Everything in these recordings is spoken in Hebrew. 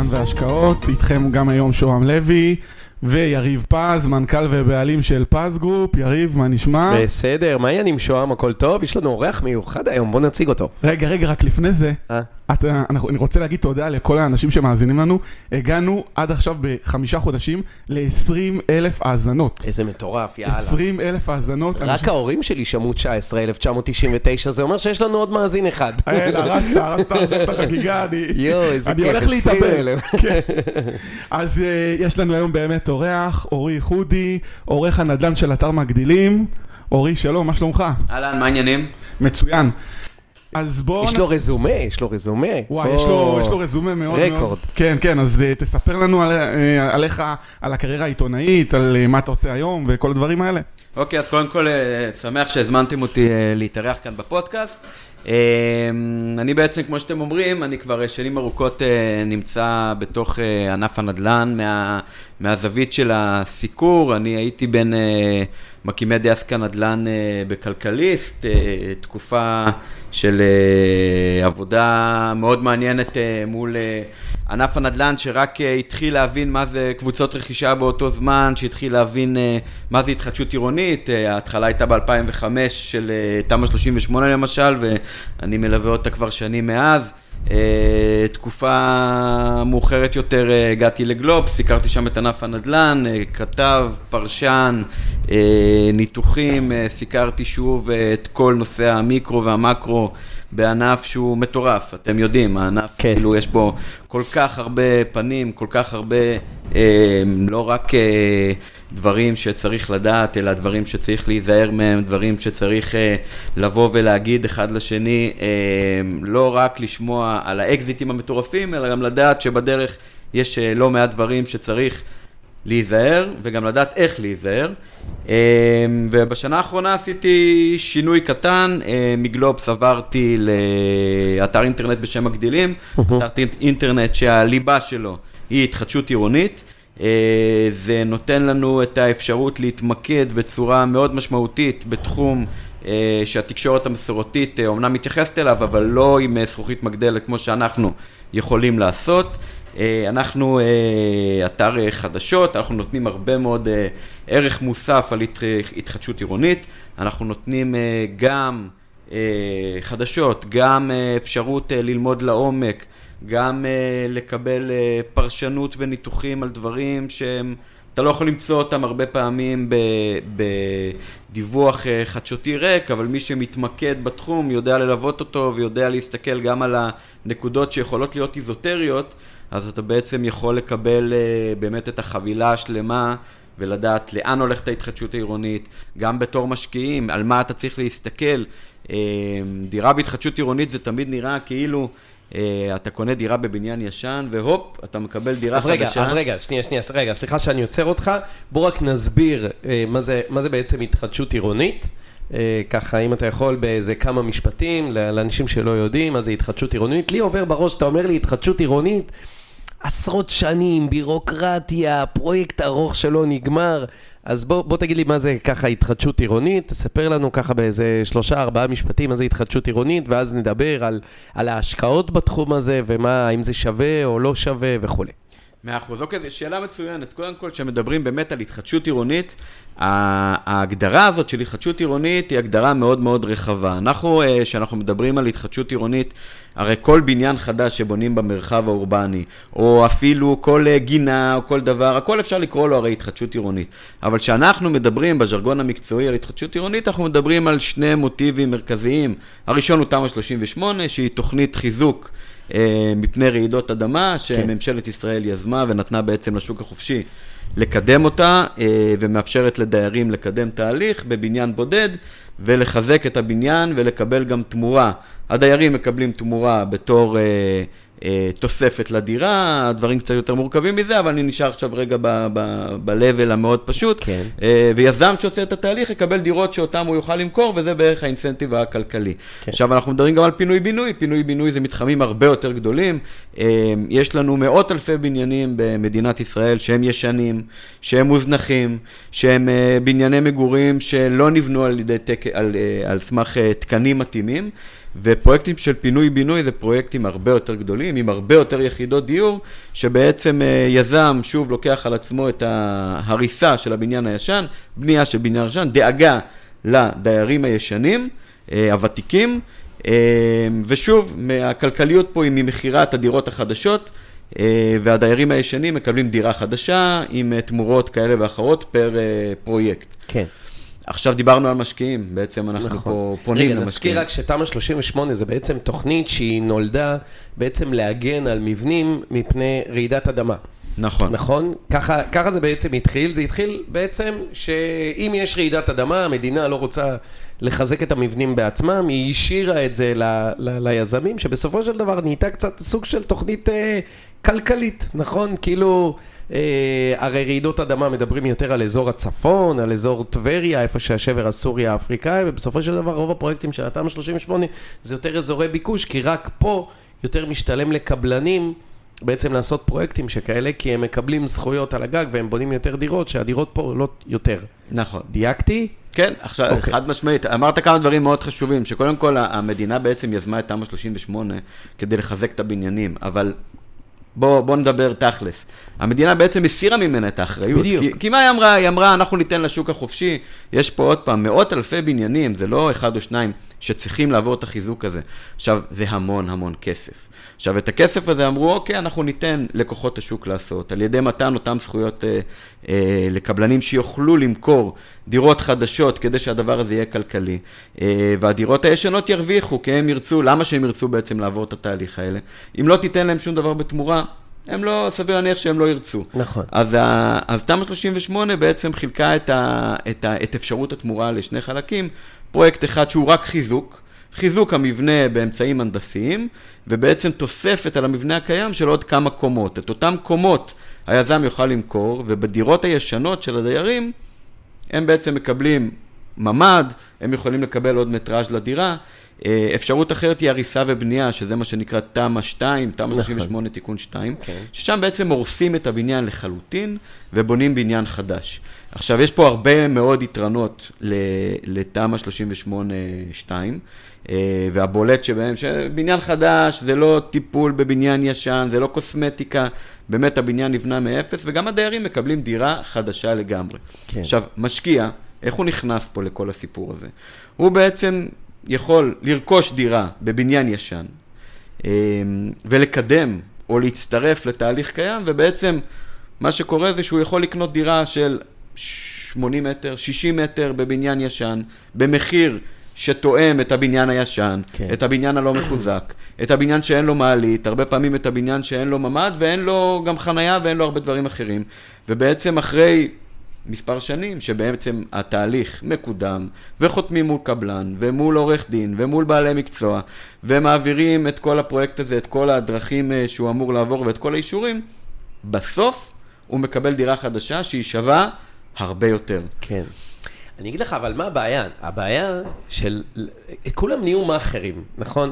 והשקעות, איתכם גם היום שוהם לוי ויריב פז, מנכ"ל ובעלים של פז גרופ. יריב, מה נשמע? בסדר, מה העניינים שוהם? הכל טוב? יש לנו אורח מיוחד היום, בוא נציג אותו. רגע, רק לפני זה, אני רוצה להגיד תודה לכל האנשים שמאזינים לנו. הגענו עד עכשיו ב5 חודשים ל-20,000 האזנות. איזה מטורף, יאללה. 20,000 האזנות. רק ההורים שלי שמעו 19, 1999, זה אומר שיש לנו עוד מאזין אחד. הרסת עכשיו את החגיגה, אני הולך להתאבל. אז יש לנו היום באמת אורח, אורי חודי, עורך הנדל"ן של אתר מגדילים. אורי, שלום, מה שלומך? אהלן, מה העניינים? מצוין. אז בוא... יש לו רזומה. וואי, יש לו רזומה מאוד מאוד. רקורד. כן, אז תספר לנו עליך, על הקריירה העיתונאית, על מה אתה עושה היום וכל הדברים האלה. אוקיי, אז קודם כל שמח שהזמנתם אותי להתארח כאן בפודקאסט. אני בעצם, כמו שאתם אומרים, אני כבר שנים ארוכות נמצא בתוך ענף הנדל"ן מהזווית של הסיקור. אני הייתי בין מקימי דסק הנדל"ן בכלכליסט, תקופה של עבודה מאוד מעניינת מול ענף הנדל"ן שרק התחיל להבין מה זה קבוצות רכישה באותו זמן, שהתחיל להבין מה זה התחדשות עירונית. ההתחלה הייתה ב-2005 של תמ"א 38 למשל, ואני מלווה אותה כבר שנים מאז. תקופה מאוחרת יותר הגעתי לגלובס, סיקרתי שם את ענף הנדל"ן, כתב, פרשן, ניתוחים, סיקרתי שוב את כל נושא המיקרו והמקרו בענף שהוא מטורף. אתם יודעים, הענף כאילו יש בו כל כך הרבה פנים, כל כך הרבה, לא רק דברים שצריך לדעת, אלא דברים שצריך להיזהר מהם, דברים שצריך לבוא ולהגיד אחד לשני, לא רק לשמוע על האקזיטים המטורפים, אלא גם לדעת שבדרך יש לא מעט דברים שצריך להיזהר, וגם לדעת איך להיזהר. ובשנה האחרונה עשיתי שינוי קטן, מגלובס עברתי לאתר אינטרנט בשם מגדילים, אתר אינטרנט שהליבה שלו היא התחדשות עירונית. זה נותן לנו את האפשרות להתמקד בצורה מאוד משמעותית בתחום שהתקשורת המסורתית אומנם מתייחסת אליו, אבל לא עם זכוכית מגדלת כמו שאנחנו יכולים לעשות. אנחנו אתר חדשות, אנחנו נותנים הרבה מאוד ערך מוסף על התחדשות עירונית. אנחנו נותנים גם חדשות, גם אפשרות ללמוד לעומק, גם לקבל פרשנות וניתוחים על דברים שאתה לא יכול למצוא אותם הרבה פעמים בדיווח חדשותי ריק, אבל מי שמתמקד בתחום יודע ללוות אותו ויודע להסתכל גם על הנקודות שיכולות להיות איזוטריות, אז אתה בעצם יכול לקבל באמת את החבילה השלמה ולדעת לאן הולכת ההתחדשות העירונית, גם בתור משקיעים, על מה אתה צריך להסתכל. דירה בהתחדשות עירונית זה תמיד נראה כאילו אתה קונה דירה בבניין ישן, והופ, אתה מקבל דירה חדשה. אז רגע, שנייה, סליחה שאני יוצר אותך. בוא רק נסביר מה זה בעצם התחדשות עירונית. ככה, אם אתה יכול באיזה כמה משפטים, לאנשים שלא יודעים מה זה התחדשות עירונית. לי עובר בראש, אתה אומר לי התחדשות עירונית, עשרות שנים, בירוקרטיה, פרויקט ארוך שלא נגמר. אז בוא תגיד לי מה זה ככה התחדשות עירונית, תספר לנו ככה באיזה 3-4 משפטים מה זה התחדשות עירונית, ואז נדבר על ההשקעות בתחום הזה, ומה, אם זה שווה או לא שווה וכו'. 100%, אוקיי, שאלה מצוינת. קודם כל, כשמדברים באמת על התחדשות עירונית, ההגדרה הזאת של התחדשות עירונית היא הגדרה מאוד מאוד רחבה. שאנחנו מדברים על התחדשות עירונית, הרי כל בניין חדש שבונים במרחב האורבני, או אפילו כל גינה או כל דבר, הכל אפשר לקרוא לו הרי התחדשות עירונית. אבל כשאנחנו מדברים בז'רגון המקצועי על התחדשות עירונית, אנחנו מדברים על שני מוטיבים מרכזיים. הראשון הוא תמ"א 38, שהיא תוכנית חיזוק מפני רעידות אדמה, שממשלת ישראל יזמה ונתנה בעצם לשוק החופשי לקדם אותה, ומאפשרת לדיירים לקדם תהליך בבניין בודד, ולחזק את הבניין ולקבל גם תמורה. הדיירים מקבלים תמורה בתור תוספת לדירה, הדברים קצת יותר מורכבים מזה, אבל אני נשאר עכשיו רגע ב-level המאוד פשוט, כן. ויזם שעושה את התהליך יקבל דירות שאותם הוא יוכל למכור, וזה בערך האינסנטיב הכלכלי. כן. עכשיו אנחנו מדברים גם על פינוי-בינוי, פינוי-בינוי זה מתחמים הרבה יותר גדולים, יש לנו מאות אלפי בניינים במדינת ישראל שהם ישנים, שהם מוזנחים, שהם בנייני מגורים שלא נבנו על סמך תקנים מתאימים, ופרויקטים של פינוי-בינוי זה פרויקטים הרבה יותר גדולים, עם הרבה יותר יחידות דיור, שבעצם יזם שוב לוקח על עצמו את ההריסה של הבניין הישן, בנייה של בניין הישן, דאגה לדיירים הישנים, הוותיקים, ושוב, הכלכליות פה היא ממחירת הדירות החדשות, והדיירים הישנים מקבלים דירה חדשה עם תמורות כאלה ואחרות פר פרויקט. כן. עכשיו דיברנו על משקיעים, בעצם אנחנו פה פונים למשקיעים. רגע, נזכיר רק שתמ"א 38 זה בעצם תוכנית שהיא נולדה בעצם להגן על מבנים מפני רעידת אדמה. נכון. נכון? ככה זה בעצם התחיל. זה התחיל בעצם שאם יש רעידת אדמה, המדינה לא רוצה לחזק את המבנים בעצמם, היא השאירה את זה ליזמים, שבסופו של דבר נהייתה קצת סוג של תוכנית כלכלית, נכון? כאילו, הרי רעידות אדמה מדברים יותר על אזור הצפון, על אזור טבריה, איפה שהשבר הסורי האפריקאי, ובסופו של דבר רוב הפרויקטים של תמ"א 38 זה יותר אזורי ביקוש, כי רק פה יותר משתלם לקבלנים בעצם לעשות פרויקטים שכאלה, כי הם מקבלים זכויות על הגג והם בונים יותר דירות, שהדירות פה עולות יותר. נכון. דייקתי? כן, עכשיו, חד משמעית, אמרת כמה דברים מאוד חשובים, שקודם כל המדינה בעצם יזמה את תמ"א 38 כדי לחזק את הבניינים, אבל בוא נדבר תכלס. המדינה בעצם הסירה ממנה את האחריות. בדיוק. כי מה היא אמרה? היא אמרה, אנחנו ניתן לשוק החופשי, יש פה עוד פעם מאות אלפי בניינים, זה לא אחד או שניים שצריכים לעבור את החיזוק הזה. עכשיו, זה המון המון כסף. עכשיו, את הכסף הזה אמרו, אוקיי, אנחנו ניתן לכוחות השוק לעשות, על ידי מתן אותם זכויות לקבלנים שיוכלו למכור דירות חדשות, כדי שהדבר הזה יהיה כלכלי. והדירות הישנות ירוויחו, כי הם ירצו, למה שהם ירצו בעצם לעבור את התהליך האלה? אם לא תיתן להם שום דבר בתמורה, הם לא, סביר להניח שהם לא ירצו. נכון. אז תמ"א 38 בעצם חילקה את אפשרות התמורה לשני חלקים, פרויקט אחד שהוא רק חיזוק המבנה באמצעים הנדסיים, ובעצם תוספת על המבנה הקיים של עוד כמה קומות. את אותם קומות היזם יוכל למכור, ובדירות הישנות של הדיירים, הם בעצם מקבלים ממד, הם יכולים לקבל עוד מטראז' לדירה. אפשרות אחרת היא הריסה ובנייה, שזה מה שנקרא תמ"א 2, תמ"א 38 תיקון 2, ששם בעצם הורסים את הבניין לחלוטין, ובונים בניין חדש. עכשיו, יש פה הרבה מאוד יתרונות לתמ"א 38-2, והבולט שבהם, שבניין חדש זה לא טיפול בבניין ישן, זה לא קוסמטיקה, באמת הבניין נבנה מאפס, וגם הדיירים מקבלים דירה חדשה לגמרי. כן. עכשיו, משקיע, איך הוא נכנס פה לכל הסיפור הזה? הוא בעצם יכול לרכוש דירה בבניין ישן, ולקדם או להצטרף לתהליך קיים, ובעצם מה שקורה זה שהוא יכול לקנות דירה של 80 מטר, 60 מטר בבניין ישן, במחיר שתואם את הבניין הישן, כן. את הבניין הלא מחוזק, את הבניין שאין לו מעלית, הרבה פעמים את הבניין שאין לו ממד, ואין לו גם חנייה ואין לו הרבה דברים אחרים. ובעצם אחרי מספר שנים שבעצם התהליך מקודם, וחותמים מול קבלן, ומול עורך דין, ומול בעלי מקצוע, ומעבירים את כל הפרויקט הזה, את כל הדרכים שהוא אמור לעבור, ואת כל האישורים, בסוף הוא מקבל דירה חדשה שהיא שווה הרבה יותר. כן. אני אגיד לך, אבל מה הבעיה? הבעיה של, כולם נהיו מאחרים, נכון?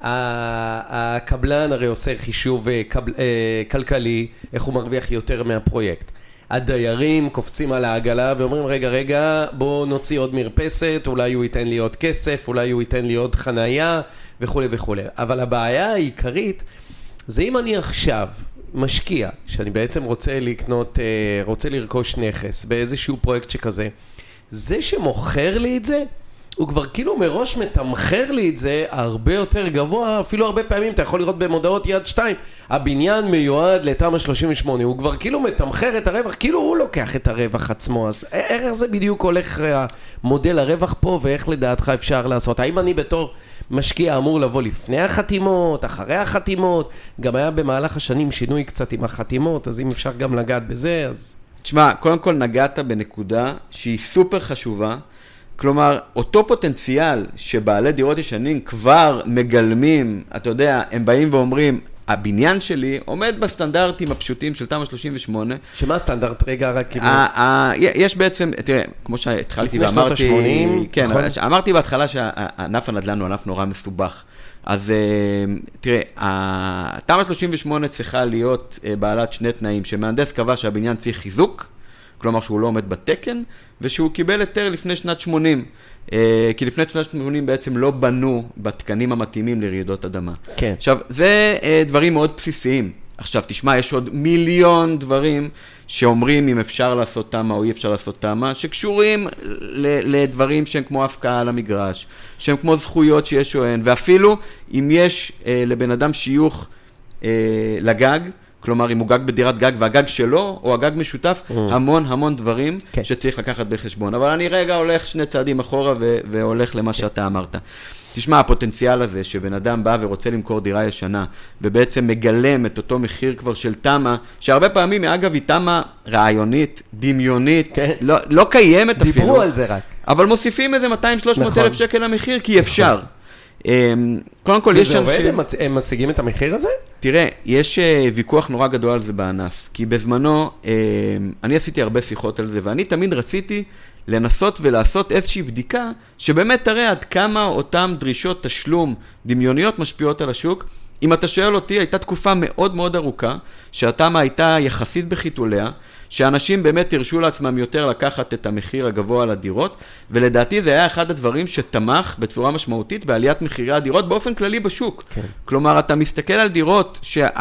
הקבלן הרי עושה חישוב כלכלי, איך הוא מרוויח יותר מהפרויקט. הדיירים קופצים על העגלה ואומרים, רגע, בוא נוציא עוד מרפסת, אולי הוא ייתן לי עוד כסף, אולי הוא ייתן לי עוד חנייה, וכו' וכו'. אבל הבעיה העיקרית, זה אם אני עכשיו משקיע, שאני בעצם רוצה לרכוש נכס באיזשהו פרויקט שכזה, זה שמוכר לי את זה, הוא כבר כאילו מראש מתמחר לי את זה הרבה יותר גבוה, אפילו הרבה פעמים אתה יכול לראות במודעות יד 2, הבניין מיועד לתמ"א 38, הוא כבר כאילו מתמחר את הרווח, כאילו הוא לוקח את הרווח עצמו, אז איך זה בדיוק הולך מודל הרווח פה, ואיך לדעתך אפשר לעשות? האם אני בתור משקיע אמור לבוא לפני החתימות, אחרי החתימות, גם היה במהלך השנים שינוי קצת עם החתימות, אז אם אפשר גם לגעת בזה, אז... תשמע, קודם כל נגעת בנקודה שהיא סופר חשובה, כלומר, אותו פוטנציאל שבעלי דירות ישנים כבר מגלמים, אתה יודע, הם באים ואומרים, הבניין שלי עומד בסטנדרטים הפשוטים של תמ"א 38. שמה הסטנדרט? רגע, רק כאילו... יש בעצם, תראה, כמו שהתחלתי ואמרתי... לפני שנות ה-80, כן, נכון? אמרתי בהתחלה שענף הנדל"ן הוא ענף נורא מסובך. אז תראה, תמ"א 38 צריכה להיות בעלת שני תנאים, שמהנדס קבע שהבניין צריך חיזוק, כלומר שהוא לא עומד בתקן, ושהוא קיבל היתר לפני שנת 80. כי לפני שנת 80 בעצם לא בנו בתקנים המתאימים לרעידות אדמה. כן. עכשיו, זה דברים מאוד בסיסיים. עכשיו, תשמע, יש עוד מיליון דברים שאומרים אם אפשר לעשות תמה או אי אפשר לעשות תמה, שקשורים לדברים שהם כמו הפקעה על המגרש, שהם כמו זכויות שיש או אין, ואפילו אם יש לבן אדם שיוך לגג, כלומר, אם הוא גג בדירת גג והגג שלו, או הגג משותף, המון דברים שצריך לקחת בחשבון. אבל אני רגע הולך 2 צעדים אחורה והולך למה שאתה אמרת. תשמע, הפוטנציאל הזה שבן אדם בא ורוצה למכור דירה ישנה, ובעצם מגלם את אותו מחיר כבר של תמה, שהרבה פעמים, אגב, היא תמה רעיונית, דמיונית, לא קיימת אפילו. דיברו על זה רק. אבל מוסיפים איזה 200-300 אלף שקל למחיר, כי אפשר. קודם כל, יש וזה עובד? הם משיגים את המחיר הזה? תראה, יש ויכוח נורא גדול על זה בענף, כי בזמנו, אני עשיתי הרבה שיחות על זה, ואני תמיד רציתי לנסות ולעשות איזושהי בדיקה, שבאמת תראה עד כמה אותם דרישות תשלום דמיוניות משפיעות על השוק. אם אתה שואל אותי, הייתה תקופה מאוד מאוד ארוכה, שהתמה הייתה יחסית בחיתוליה, שאנשים באמת הרשו לעצמם יותר לקחת את המחיר הגבוה על הדירות, ולדעתי זה היה אחד הדברים שתמך בצורה משמעותית בעליית מחירי הדירות באופן כללי בשוק. כן. כלומר, אתה מסתכל על דירות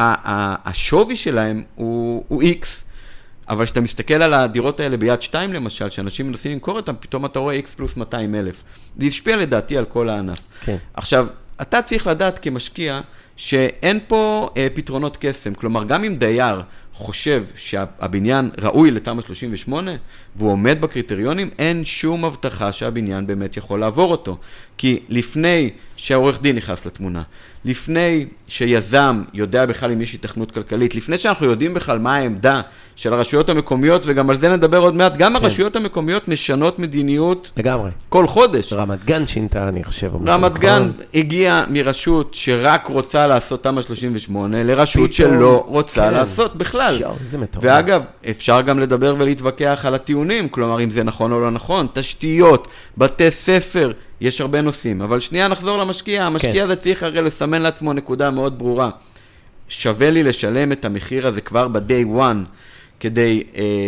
שהשווי שלהם הוא X, אבל כשאתה מסתכל על הדירות האלה ביד 2 למשל, שאנשים מנסים למכור אותם, פתאום אתה רואה X פלוס 200,000. זה השפיע לדעתי על כל הענף. כן. עכשיו, אתה צריך לדעת כמשקיע שאין פה פתרונות קסם. כלומר, גם אם דייר חושב שהבניין ראוי לתמ"א 38, והוא עומד בקריטריונים, אין שום הבטחה שהבניין באמת יכול לעבור אותו. כי לפני שהעורך דין נכנס לתמונה, לפני שיזם יודע בכלל אם יש התכנות כלכלית, לפני שאנחנו יודעים בכלל מה העמדה של הרשויות המקומיות, וגם על זה נדבר עוד מעט, גם הרשויות המקומיות משנות מדיניות לגמרי. כל חודש. רמת גן שינתה, אני חושב. רמת גן הגיעה מרשות שרק רוצה לעשות תמ"א 38, לרשות שלא רוצה לעשות בכלל. ואגב, אפשר גם לדבר ולהתווכח על הטיעונים, כלומר אם זה נכון או לא נכון, תשתיות, בתי ספר, יש הרבה נושאים. אבל שנייה נחזור למשקיע, המשקיע הזה צריך הרי לסמן לעצמו נקודה מאוד ברורה. שווה לי לשלם את המחיר הזה כבר ב-day one, כדי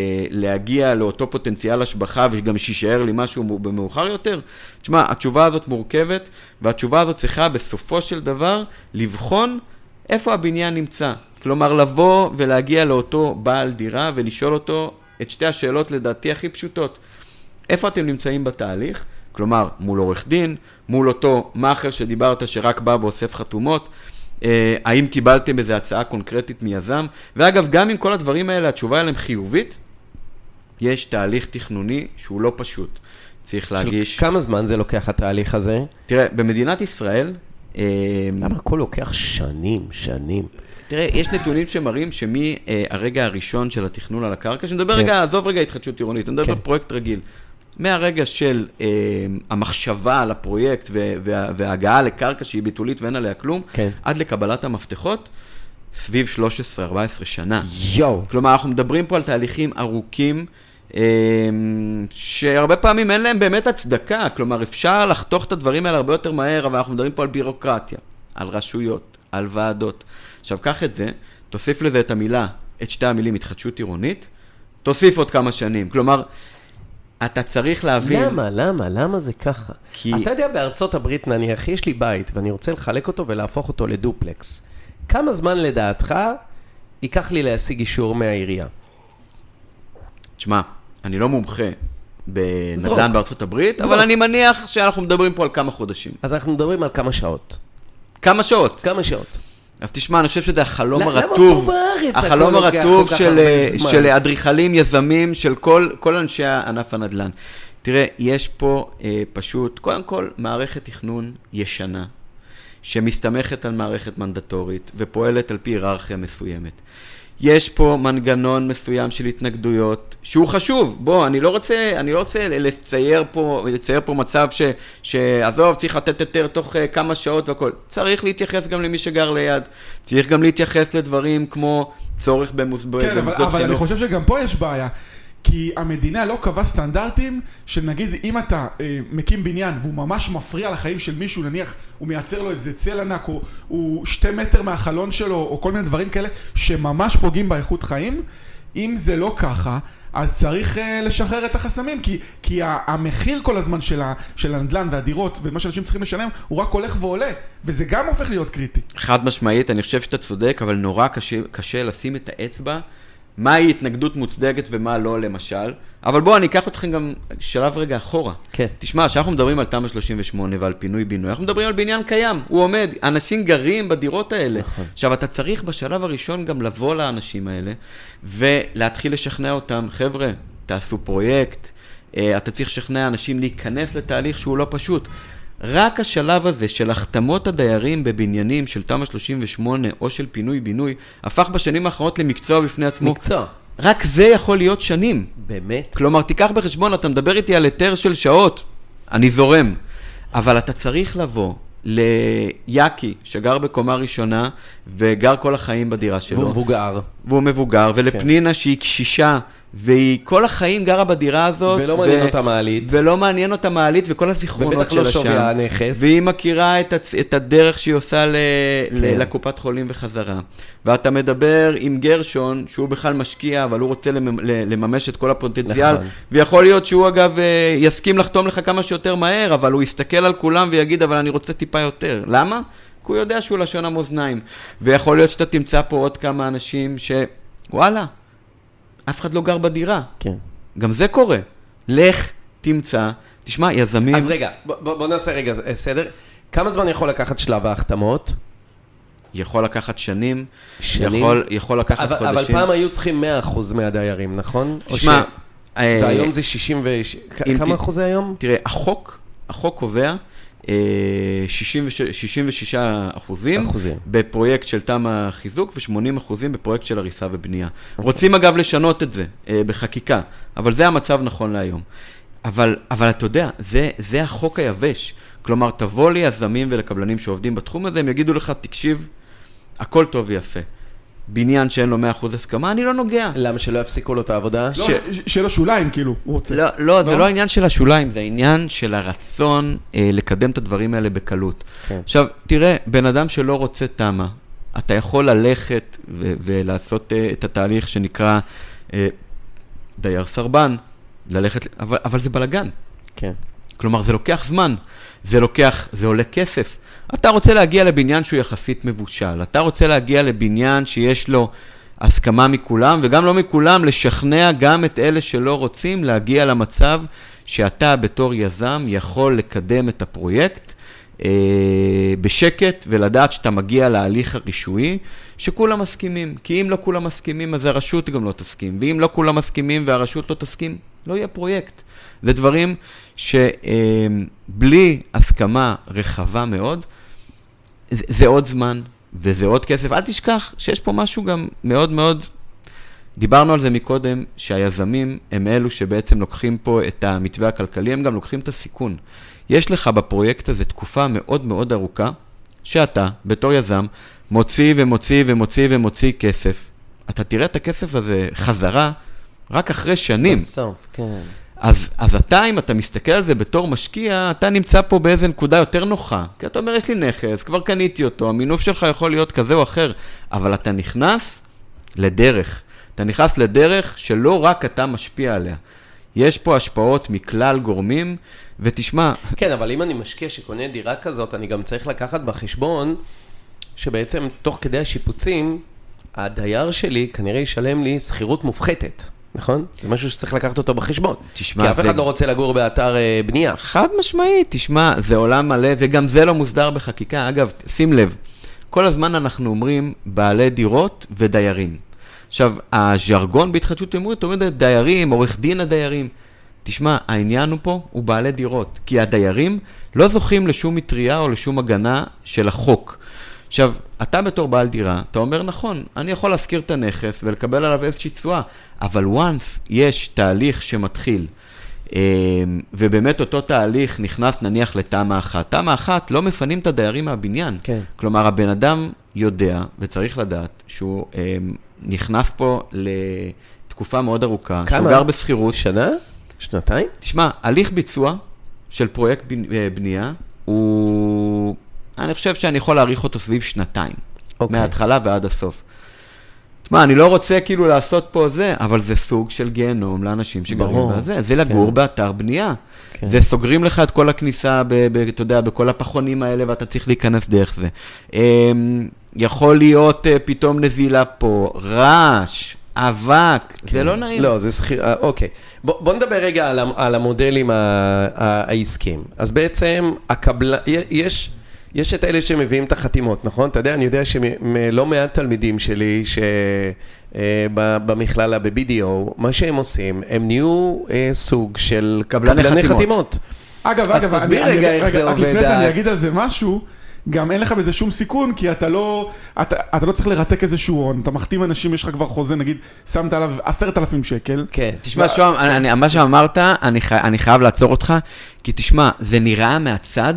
להגיע לאותו פוטנציאל השבחה, וגם שישאר לי משהו במאוחר יותר. תשמע, התשובה הזאת מורכבת, והתשובה הזאת צריכה בסופו של דבר לבחון איפה הבניין נמצא. כלומר, לבוא ולהגיע לאותו בעל דירה ולשאול אותו את שתי השאלות לדעתי הכי פשוטות. איפה אתם נמצאים בתהליך? כלומר, מול עורך דין, מול אותו מאחר שדיברת שרק בא ואוסף חתומות, האם קיבלתם איזו הצעה קונקרטית מיזם? ואגב, גם עם כל הדברים האלה, התשובה אליהם חיובית, יש תהליך תכנוני שהוא לא פשוט. צריך להגיש... כמה זמן זה לוקח התהליך הזה? תראה, במדינת ישראל... למה הכל לוקח שנים? תראה, יש נתונים שמראים שמהרגע הראשון של התכנון על הקרקע, שנדבר רגע, עזוב רגע התחדשות עירונית, נדבר פרויקט רגיל. מהרגע של המחשבה על הפרויקט וההגעה לקרקע שהיא ביטולית ואין עליה כלום, עד לקבלת המפתחות, סביב 13-14 שנה. כלומר, אנחנו מדברים פה על תהליכים ארוכים, שהרבה פעמים אין להם באמת הצדקה. כלומר, אפשר לחתוך את הדברים האלה הרבה יותר מהר, אבל אנחנו מדברים פה על בירוקרטיה, על רשויות, על ועדות. עכשיו, קח את זה, תוסיף לזה את המילה, את שתי המילים התחדשות עירונית, תוסיף עוד כמה שנים. כלומר, אתה צריך להבין... למה זה ככה? אתה יודע, בארצות הברית נניח, יש לי בית, ואני רוצה לחלק אותו ולהפוך אותו לדופלקס. כמה זמן לדעתך ייקח לי להשיג אישור מהעירייה? תשמע, אני לא מומחה בנדל"ן בארצות הברית, אבל אני מניח שאנחנו מדברים פה על כמה חודשים. אז אנחנו מדברים על כמה שעות. כמה שעות? כמה שעות. אז תשמע, אני חושב שזה החלום הרטוב, החלום הרטוב של אדריכלים, יזמים, של כל אנשי ענף הנדל"ן. תראה, יש פה פשוט, קודם כל, מערכת תכנון ישנה, שמסתמכת על מערכת מנדטורית, ופועלת על פי היררכיה מסוימת. יש פה מנגנון מסוים של התנגדויות, שהוא חשוב. בוא, אני לא רוצה לצייר פה מצב שעזוב, צריך לתת יותר תוך כמה שעות והכל. צריך להתייחס גם למי שגר ליד. צריך גם להתייחס לדברים כמו צורך במוסדות חינוך. כן, אבל אני חושב שגם פה יש בעיה. כי המדינה לא קבעה סטנדרטים של נגיד, אם אתה מקים בניין והוא ממש מפריע לחיים של מישהו, נניח הוא מייצר לו איזה צל ענק, או הוא 2 מטר מהחלון שלו, או כל מיני דברים כאלה, שממש פוגעים באיכות חיים, אם זה לא ככה, אז צריך לשחרר את החסמים, כי המחיר כל הזמן של הנדל"ן והדירות ומה שאנשים צריכים לשלם, הוא רק הולך ועולה, וזה גם הופך להיות קריטי. חד משמעית, אני חושב שאתה צודק, אבל נורא קשה לשים את האצבע, מהי התנגדות מוצדקת ומה לא למשל, אבל בואו אני אקח אתכם גם שלב רגע אחורה. כן. תשמע, שאנחנו מדברים על תמ"א 38 ועל פינוי בינוי, אנחנו מדברים על בניין קיים, הוא עומד, אנשים גרים בדירות האלה. נכון. עכשיו, אתה צריך בשלב הראשון גם לבוא לאנשים האלה, ולהתחיל לשכנע אותם, חבר'ה, תעשו פרויקט, אתה צריך לשכנע אנשים להיכנס לתהליך שהוא לא פשוט. רק השלב הזה של החתמות הדיירים בבניינים של תמ"א 38 או של פינוי בינוי, הפך בשנים האחרונות למקצוע בפני עצמו. מקצוע. רק זה יכול להיות שנים. באמת? כלומר, תיקח בחשבון, אתה מדבר איתי על היתר של שעות, אני זורם. אבל אתה צריך לבוא ליאקי, שגר בקומה ראשונה, וגר כל החיים בדירה שלו. והוא מבוגר. והוא מבוגר, ולפנינה שהיא קשישה, והיא כל החיים גרה בדירה הזאת. ולא מעניין אותה מעלית. ולא מעניין אותה מעלית, וכל הזיכרונות שלה שם. ובטח לא שווי הנכס. והיא מכירה את הדרך שהיא עושה לקופת חולים וחזרה. ואתה מדבר עם גרשון, שהוא בכלל משקיע, אבל הוא רוצה לממש את כל הפוטנציאל. נכון. ויכול להיות שהוא אגב יסכים לחתום לך כמה שיותר מהר, אבל הוא יסתכל על כולם ויגיד, אבל אני רוצה טיפה יותר. למה? כי הוא יודע שהוא לשון המאזניים. ויכול להיות שאתה תמצא פה עוד כמה אנשים שוואלה, אף אחד לא גר בדירה. כן. גם זה קורה. לך, תמצא, תשמע, יזמים... אז רגע, בוא נעשה רגע סדר. כמה זמן יכול לקחת שלב ההחתמות? יכול לקחת שנים. יכול לקחת חודשים. אבל פעם היו צריכים 100% מהדיירים, נכון? תשמע... והיום זה 60 ו... כמה אחוז זה היום? תראה, החוק קובע 66% בפרויקט של תמ"א חיזוק ו80% בפרויקט של הריסה ובנייה. רוצים אגב לשנות את זה בחקיקה, אבל זה המצב נכון להיום. אבל אתה יודע, זה החוק היבש. כלומר, תבוא לי יזמים ולקבלנים שעובדים בתחום הזה, הם יגידו לך, תקשיב, הכל טוב ויפה. בניין שאין לו 100% הסכמה, אני לא נוגע. למה שלא יפסיקו לו את העבודה? של השוליים, כאילו, הוא רוצה. לא, זה לא העניין של השוליים, זה העניין של הרצון לקדם את הדברים האלה בקלות. עכשיו, תראה, בן אדם שלא רוצה תמ"א, אתה יכול ללכת ולעשות את התהליך שנקרא דייר סרבן, אבל זה בלגן. כן. כלומר, זה לוקח זמן, זה עולה כסף. אתה רוצה להגיע לבניין שהוא יחסית מבושל, אתה רוצה להגיע לבניין שיש לו הסכמה מכולם, וגם לא מכולם, לשכנע גם את אלה שלא רוצים להגיע למצב שאתה בתור יזם יכול לקדם את הפרויקט בשקט, ולדעת שאתה מגיע להליך הרישויי, שכולם מסכימים. כי אם לא כולם מסכימים, אז הרשות גם לא תסכים. ואם לא כולם מסכימים והרשות לא תסכים, לא יהיה פרויקט. זה דברים שבלי הסכמה רחבה מאוד, זה עוד זמן וזה עוד כסף. אל תשכח שיש פה משהו גם מאוד מאוד, דיברנו על זה מקודם, שהיזמים הם אלו שבעצם לוקחים פה את המתווה הכלכלי, הם גם לוקחים את הסיכון. יש לך בפרויקט הזה תקופה מאוד מאוד ארוכה, שאתה בתור יזם מוציא ומוציא ומוציא ומוציא כסף. אתה תראה את הכסף הזה חזרה רק אחרי שנים. בסוף, כן. אז אתה, אם אתה מסתכל על זה בתור משקיע, אתה נמצא פה באיזה נקודה יותר נוחה. כי אתה אומר, יש לי נכס, כבר קניתי אותו, המינוף שלך יכול להיות כזה או אחר, אבל אתה נכנס לדרך. אתה נכנס לדרך שלא רק אתה משפיע עליה. יש פה השפעות מכלל גורמים, ותשמע... כן, אבל אם אני משקיע שקונה דירה כזאת, אני גם צריך לקחת בחשבון, שבעצם תוך כדי השיפוצים, הדייר שלי כנראה ישלם לי שכירות מופחתת. נכון? זה משהו שצריך לקחת אותו בחשבון. תשמע, כי אף אחד לא רוצה לגור באתר בנייה. חד משמעית, תשמע, זה עולם מלא, וגם זה לא מוסדר בחקיקה. אגב, שים לב, כל הזמן אנחנו אומרים בעלי דירות ודיירים. עכשיו, הז'רגון בהתחדשות עירונית אומר דיירים, עורך דין הדיירים. תשמע, העניין הוא פה, הוא בעלי דירות. כי הדיירים לא זוכים לשום מטריה או לשום הגנה של החוק. עכשיו, אתה בתור בעל דירה, אתה אומר נכון, אני יכול להזכיר את הנכס ולקבל עליו איזושהי תשואה, אבל once יש תהליך שמתחיל, ובאמת אותו תהליך נכנס נניח לתמ"א אחת. תמ"א אחת לא מפנים את הדיירים מהבניין. כן. כלומר, הבן אדם יודע וצריך לדעת שהוא נכנס פה לתקופה מאוד ארוכה, כמה? שהוא גר בסחירות. שנה? שנתיים? תשמע, הליך ביצוע של פרויקט בנייה הוא... אני חושב שאני יכול להעריך אותו סביב שנתיים, מההתחלה ועד הסוף. תשמע, אני לא רוצה כאילו לעשות פה זה, אבל זה סוג של גיהנום לאנשים שגרים בזה. זה לגור באתר בנייה. זה סוגרים לך את כל הכניסה, אתה יודע, בכל הפחונים האלה, ואתה צריך להיכנס דרך זה. יכול להיות פתאום נזילה פה, רעש, אבק, זה לא נעים. לא, זה סחיר, אוקיי. בוא נדבר רגע על המודלים העסקיים. אז בעצם, יש את אלה שמביאים את החתימות, נכון? אתה יודע, אני יודע שלא מעט תלמידים שלי במכללה, ב-BDO, מה שהם עושים, הם נהיו סוג של קבלני חתימות. אגב, אז תסביר רגע איך זה עובד. לפני זה אני אגיד על זה משהו, גם אין לך בזה שום סיכון, כי אתה לא צריך לרתק איזשהו הון, אתה מחתים אנשים, יש לך כבר חוזה, נגיד, שמת עליו 10,000 שקל. כן. תשמע, שוהם, מה שאמרת, אני חייב לעצור אותך, כי תשמע, זה נראה מהצד,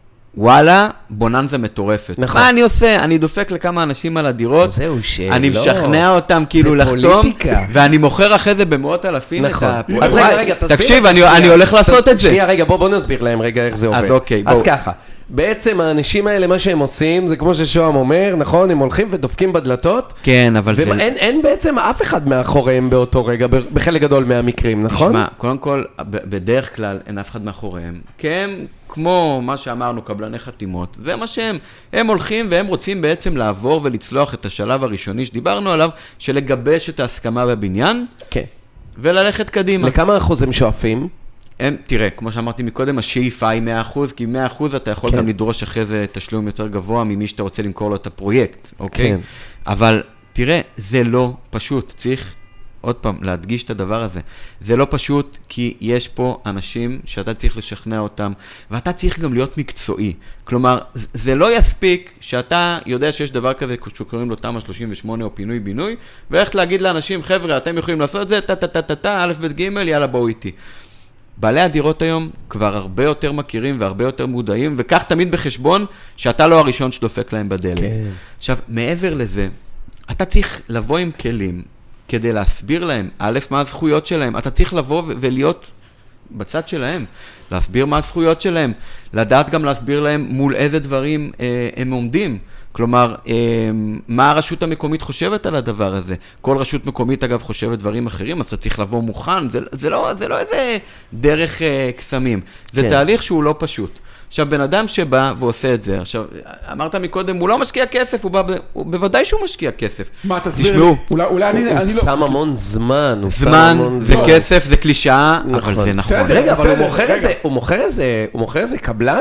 וואלה, בוננזה מטורפת. נכון. מה אני עושה? אני דופק לכמה אנשים על הדירות, זהו שלא. אני משכנע אותם כאילו לחתום, פוליטיקה. ואני מוכר אחרי זה במאות אלפים נכון. את אז רגע, תסביר. תקשיב, אני הולך לעשות את זה. שנייה, רגע, בוא נסביר להם רגע איך זה עובד. אז אוקיי, בואו. אז ככה, בעצם האנשים האלה, מה שהם עושים, זה כמו ששוהם אומר, נכון? הם הולכים ודופקים בדלתות. כן, אבל זה... ואין בעצם אף אחד מאחוריהם באותו רגע, בחלק גדול מהמקרים, נכון? תשמע, קודם כל, בדרך כלל אין אף אחד מאחוריהם, כי הם, כמו מה שאמרנו, קבלני חתימות, זה מה שהם. הם הולכים והם רוצים בעצם לעבור ולצלוח את השלב הראשוני שדיברנו עליו, של לגבש את ההסכמה בבניין, כן. וללכת קדימה. לכמה אחוז הם שואפים? תראה, כמו שאמרתי מקודם, השאיפה היא 100%, כי 100% אתה יכול גם לדרוש אחרי זה תשלום יותר גבוה ממי שאתה רוצה למכור לו את הפרויקט, אוקיי? כן. אבל תראה, זה לא פשוט, צריך עוד פעם להדגיש את הדבר הזה. זה לא פשוט כי יש פה אנשים שאתה צריך לשכנע אותם, ואתה צריך גם להיות מקצועי. כלומר, זה לא יספיק שאתה יודע שיש דבר כזה שקוראים לו תמ"א 38 או פינוי-בינוי, ואיך להגיד לאנשים, חבר'ה, אתם יכולים לעשות את זה, א' ב' ג', יאללה בואו איתי. בעלי הדירות היום כבר הרבה יותר מכירים והרבה יותר מודעים, וכך תמיד בחשבון שאתה לא הראשון שדופק להם בדלת. כן. עכשיו, מעבר לזה, אתה צריך לבוא עם כלים כדי להסביר להם, א', מה הזכויות שלהם. אתה צריך לבוא ולהיות בצד שלהם, להסביר מה הזכויות שלהם, לדעת גם להסביר להם מול איזה דברים הם עומדים. כלומר, מה הרשות המקומית חושבת על הדבר הזה? כל רשות מקומית, אגב, חושבת דברים אחרים, אז אתה צריך לבוא מוכן. זה לא איזה דרך קסמים. זה תהליך שהוא לא פשוט. עכשיו, בן אדם שבא ועושה את זה, עכשיו, אמרת מקודם, הוא לא משקיע כסף, הוא בוודאי שהוא משקיע כסף. מה, תסביר לי? אולי אני לא... הוא שם המון זמן. זמן, זה כסף, זה קלישאה, אבל זה נכון. רגע, אבל הוא מוכר איזה קבלן?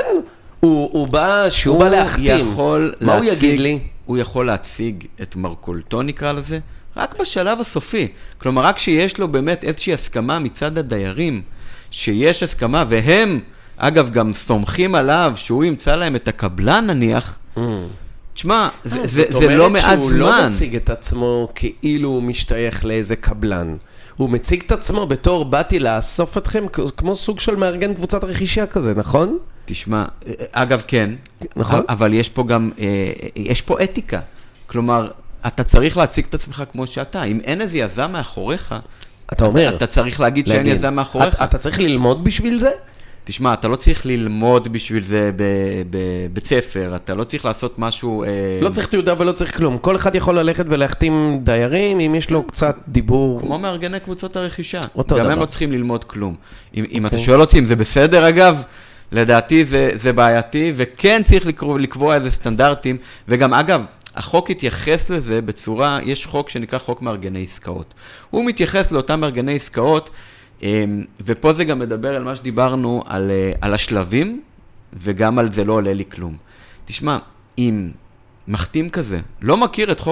הוא בא, שהוא בא להחתים. מה הוא יגיד לי? הוא יכול להציג את מרכולתו, נקרא לזה, רק בשלב הסופי. כלומר, רק שיש לו באמת איזושהי הסכמה מצד הדיירים, שיש הסכמה, והם, אגב, גם סומכים עליו שהוא ימצא להם את הקבלן נניח. תשמע, זה לא מעט זמן. זאת אומרת שהוא לא מציג את עצמו כאילו הוא משתייך לאיזה קבלן. הוא מציג את עצמו בתור באתי לאסוף אתכם כמו סוג של מארגן קבוצת רכישה כזה, נכון? תשמע, אגב כן, נכון? אבל יש פה גם, יש פה אתיקה. כלומר, אתה צריך להציג את עצמך כמו שאתה. אם אין איזה יזם מאחוריך, אתה אומר, אתה צריך להגיד שאין יזם מאחוריך. אתה צריך ללמוד בשביל זה? תשמע, אתה לא צריך ללמוד בשביל זה בבית ספר, אתה לא צריך לעשות משהו... לא צריך תעודה ולא צריך כלום. כל אחד יכול ללכת ולהחתים דיירים, אם יש לו קצת דיבור... כמו מארגני קבוצות הרכישה. גם הם לא צריכים ללמוד כלום. אם אתה שואל אותי אם זה בסדר, אגב, לדעתי זה בעייתי, וכן צריך לקבוע איזה סטנדרטים, וגם אגב, החוק התייחס לזה בצורה, יש חוק שנקרא חוק מארגני עסקאות. הוא מתייחס לאותם מארגני עסקאות, ופה זה גם מדבר על מה שדיברנו, על השלבים, וגם על זה לא עולה לי כלום. תשמע, אם מחתים כזה, לא מכיר את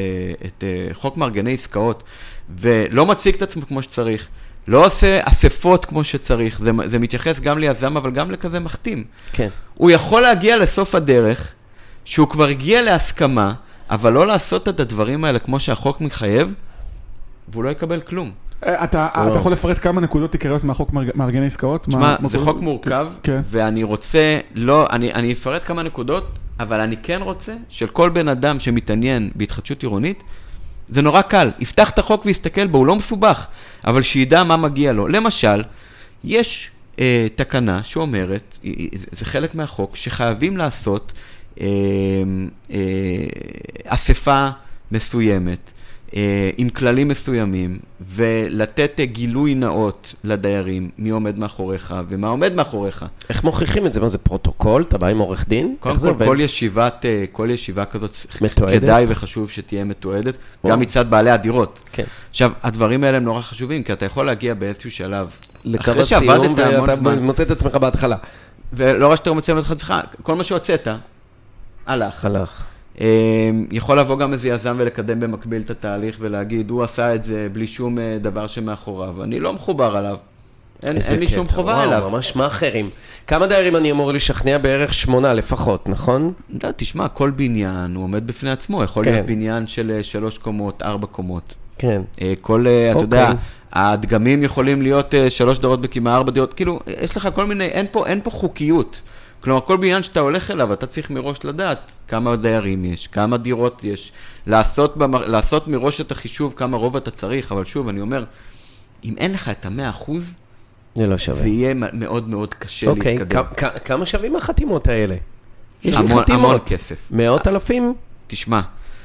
חוק מארגני עסקאות, ולא מציג את עצמו כמו שצריך, לא עושה אספות כמו שצריך, זה מתייחס גם ליזם, אבל גם לכזה מחתים. כן. הוא יכול להגיע לסוף הדרך, שהוא כבר הגיע להסכמה, אבל לא לעשות את הדברים האלה כמו שהחוק מחייב, והוא לא יקבל כלום. אתה יכול לפרט כמה נקודות עיקריות מהחוק מארגני עסקאות? תשמע, זה חוק מורכב, ואני רוצה, אני אפרט כמה נקודות, אבל אני כן רוצה של כל בן אדם שמתעניין בהתחדשות עירונית, זה נורא קל, יפתח את החוק ויסתכל בו, הוא לא מסובך, אבל שידע מה מגיע לו. למשל, יש תקנה שאומרת, זה חלק מהחוק, שחייבים לעשות אספה מסוימת, עם כללים מסוימים, ולתת גילוי נאות לדיירים, מי עומד מאחוריך ומה עומד מאחוריך. איך מוכיחים את זה? מה זה פרוטוקול? אתה בא עם עורך דין? כל ישיבה כזאת כדאי וחשוב שתהיה מתועדת, גם מצד בעלי הדירות. כן. עכשיו, הדברים האלה הם נורא חשובים, כי אתה יכול להגיע באיזשהו שלב, לקו הסיום ואתה מוצא את עצמך בהתחלה. ולא רק שאתה מוצא את עצמך, כל מה שהוצאת, הלך. יכול לבוא גם איזה יזם ולקדם במקביל את התהליך ולהגיד, הוא עשה את זה בלי שום דבר שמאחוריו, אני לא מחובר עליו, אין לי שום חובה אליו. וואו, ממש מאחרים. כמה דיירים אני אמור לשכנע? בערך 8 לפחות, נכון? תשמע, כל בניין הוא עומד בפני עצמו, יכול להיות בניין של 3 קומות, 4 קומות. כן. אתה יודע, הדגמים יכולים להיות 3 דורות בקימה, 4 דירות, כאילו, יש לך כל מיני, אין פה חוקיות. כלומר, כל בניין שאתה הולך אליו, אתה צריך מראש לדעת כמה דיירים יש, כמה דירות יש, לעשות מראש את החישוב כמה רוב אתה צריך, אבל שוב, אני אומר, אם אין לך את 100%, זה לא שווה. זה יהיה מאוד מאוד קשה להתקדם. כמה שווים החתימות האלה? המון כסף. 100,000? תשמע,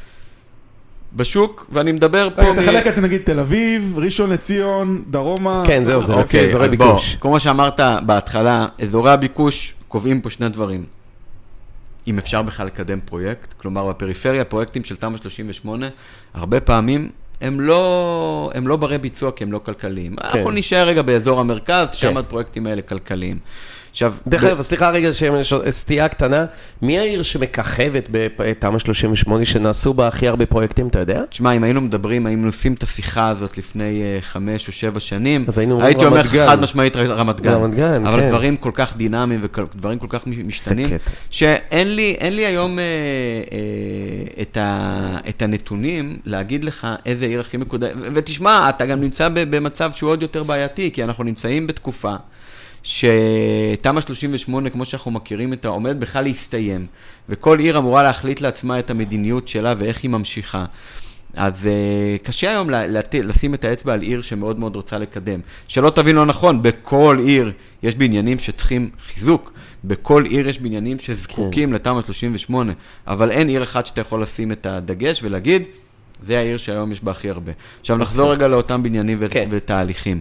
בשוק, ואני מדבר פה... תחלק את זה נגיד תל אביב, ראשון לציון, דרומה... כן, זהו, זה לפי אזורי ביקוש. כמו שאמרת בהתחלה, אזורי הביקוש קובעים פה 2 דברים. אם אפשר בכלל לקדם פרויקט, כלומר בפריפריה, פרויקטים של תמ"א 38, הרבה פעמים הם לא ברי ביצוע כי הם לא כלכליים. אנחנו נשאר רגע באזור המרכז, שם הפרויקטים האלה כלכליים. דרך אגב, סליחה רגע, סטייה קטנה, מי העיר שמככבת בתמ"א 38 שנעשו בה הכי הרבה פרויקטים, אתה יודע? תשמע, אם היינו מדברים, היינו עושים את השיחה הזאת לפני 5 או 7 שנים, הייתי אומר חד משמעית רמת גן, אבל כן. דברים כל כך דינמיים ודברים כל כך משתנים, שאין לי היום את הנתונים להגיד לך איזה עיר הכי מקודמת, ותשמע, אתה גם נמצא במצב שהוא עוד יותר בעייתי, כי אנחנו נמצאים בתקופה, שתמ"א 38, כמו שאנחנו מכירים את העומד, בכלל להסתיים, וכל עיר אמורה להחליט לעצמה את המדיניות שלה ואיך היא ממשיכה. אז קשה היום לשים את האצבע על עיר שמאוד מאוד רוצה לקדם. שלא תבין לא נכון, בכל עיר יש בניינים שצריכים חיזוק, בכל עיר יש בניינים שזקוקים לתמ"א 38, אבל אין עיר אחת שאתה יכול לשים את הדגש ולהגיד, זה העיר שהיום יש בה הכי הרבה. עכשיו נחזור רגע לאותם בניינים ותהליכים.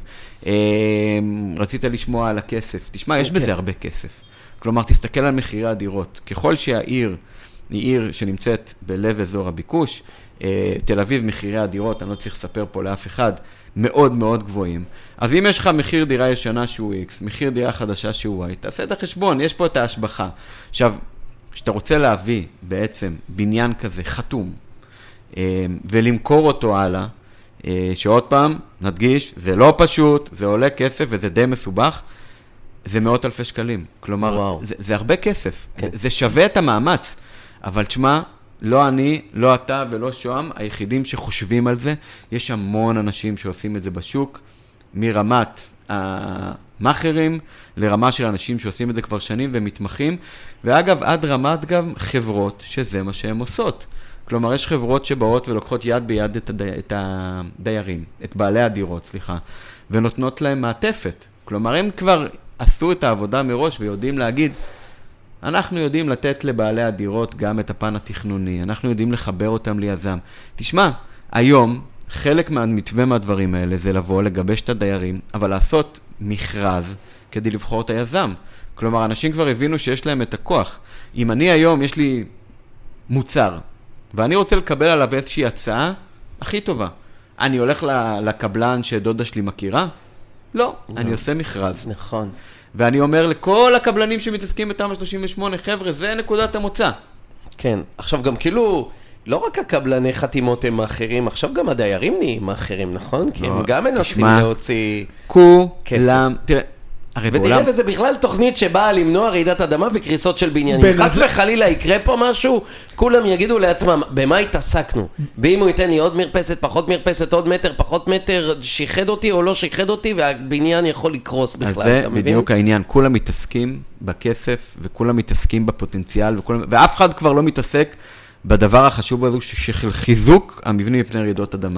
רצית לשמוע על הכסף. תשמע, יש בזה הרבה כסף. כלומר, תסתכל על מחירי הדירות. ככל שהעיר היא עיר שנמצאת בלב אזור הביקוש, תל אביב מחירי הדירות, אני לא צריך לספר פה לאף אחד, מאוד מאוד גבוהים. אז אם יש לך מחיר דירה ישנה שהוא X, מחיר דירה חדשה שהוא Y, תעשה את החשבון, יש פה את ההשבחה. עכשיו, כשאתה רוצה להביא בעצם בניין כזה חתום, ולמכור אותו הלאה, שעוד פעם, נדגיש, זה לא פשוט, זה עולה כסף וזה די מסובך, זה 100,000 שקלים. כלומר, זה הרבה כסף. זה שווה את המאמץ. אבל תשמע, לא אני, לא אתה ולא שוהם, היחידים שחושבים על זה, יש המון אנשים שעושים את זה בשוק, מרמת המאכרים, לרמה של אנשים שעושים את זה כבר שנים ומתמחים, ואגב, עד רמת גם חברות שזה מה שהן עושות. כלומר, יש חברות שבאות ולוקחות יד ביד את הדיירים, את בעלי הדירות, סליחה, ונותנות להם מעטפת. כלומר, הם כבר עשו את העבודה מראש ויודעים להגיד, אנחנו יודעים לתת לבעלי הדירות גם את הפן התכנוני, אנחנו יודעים לחבר אותם ליזם. תשמע, היום חלק מהמתווה מהדברים האלה זה לבוא לגבש את הדיירים, אבל לעשות מכרז כדי לבחור את היזם. כלומר, אנשים כבר הבינו שיש להם את הכוח. אם אני היום, יש לי מוצר, ואני רוצה לקבל עליו איזושהי הצעה הכי טובה. אני הולך לקבלן שדודה שלי מכירה? לא, אני עושה מכרז. נכון. ואני אומר לכל הקבלנים שמתעסקים בתמ"א 38, חבר'ה, זה נקודת המוצא. כן, עכשיו גם כאילו, לא רק הקבלני חתימות הם מאחרים, עכשיו גם הדיירים נהיים מאחרים, נכון? כי הם גם מנסים להוציא כולם, תראה, ותראה, וזה בכלל תוכנית שבאה למנוע רעידת אדמה וקריסות של בניינים. חס וחלילה יקרה פה משהו, כולם יגידו לעצמם, במה התעסקנו? באם הוא ייתן לי עוד מרפסת, פחות מרפסת, עוד מטר, פחות מטר, שיחד אותי או לא שיחד אותי, והבניין יכול לקרוס בכלל. אז זה בדיוק העניין, כולם מתעסקים בכסף, וכולם מתעסקים בפוטנציאל, ואף אחד כבר לא מתעסק בדבר החשוב הזה של חיזוק המבנים מפני רעידות אדמה.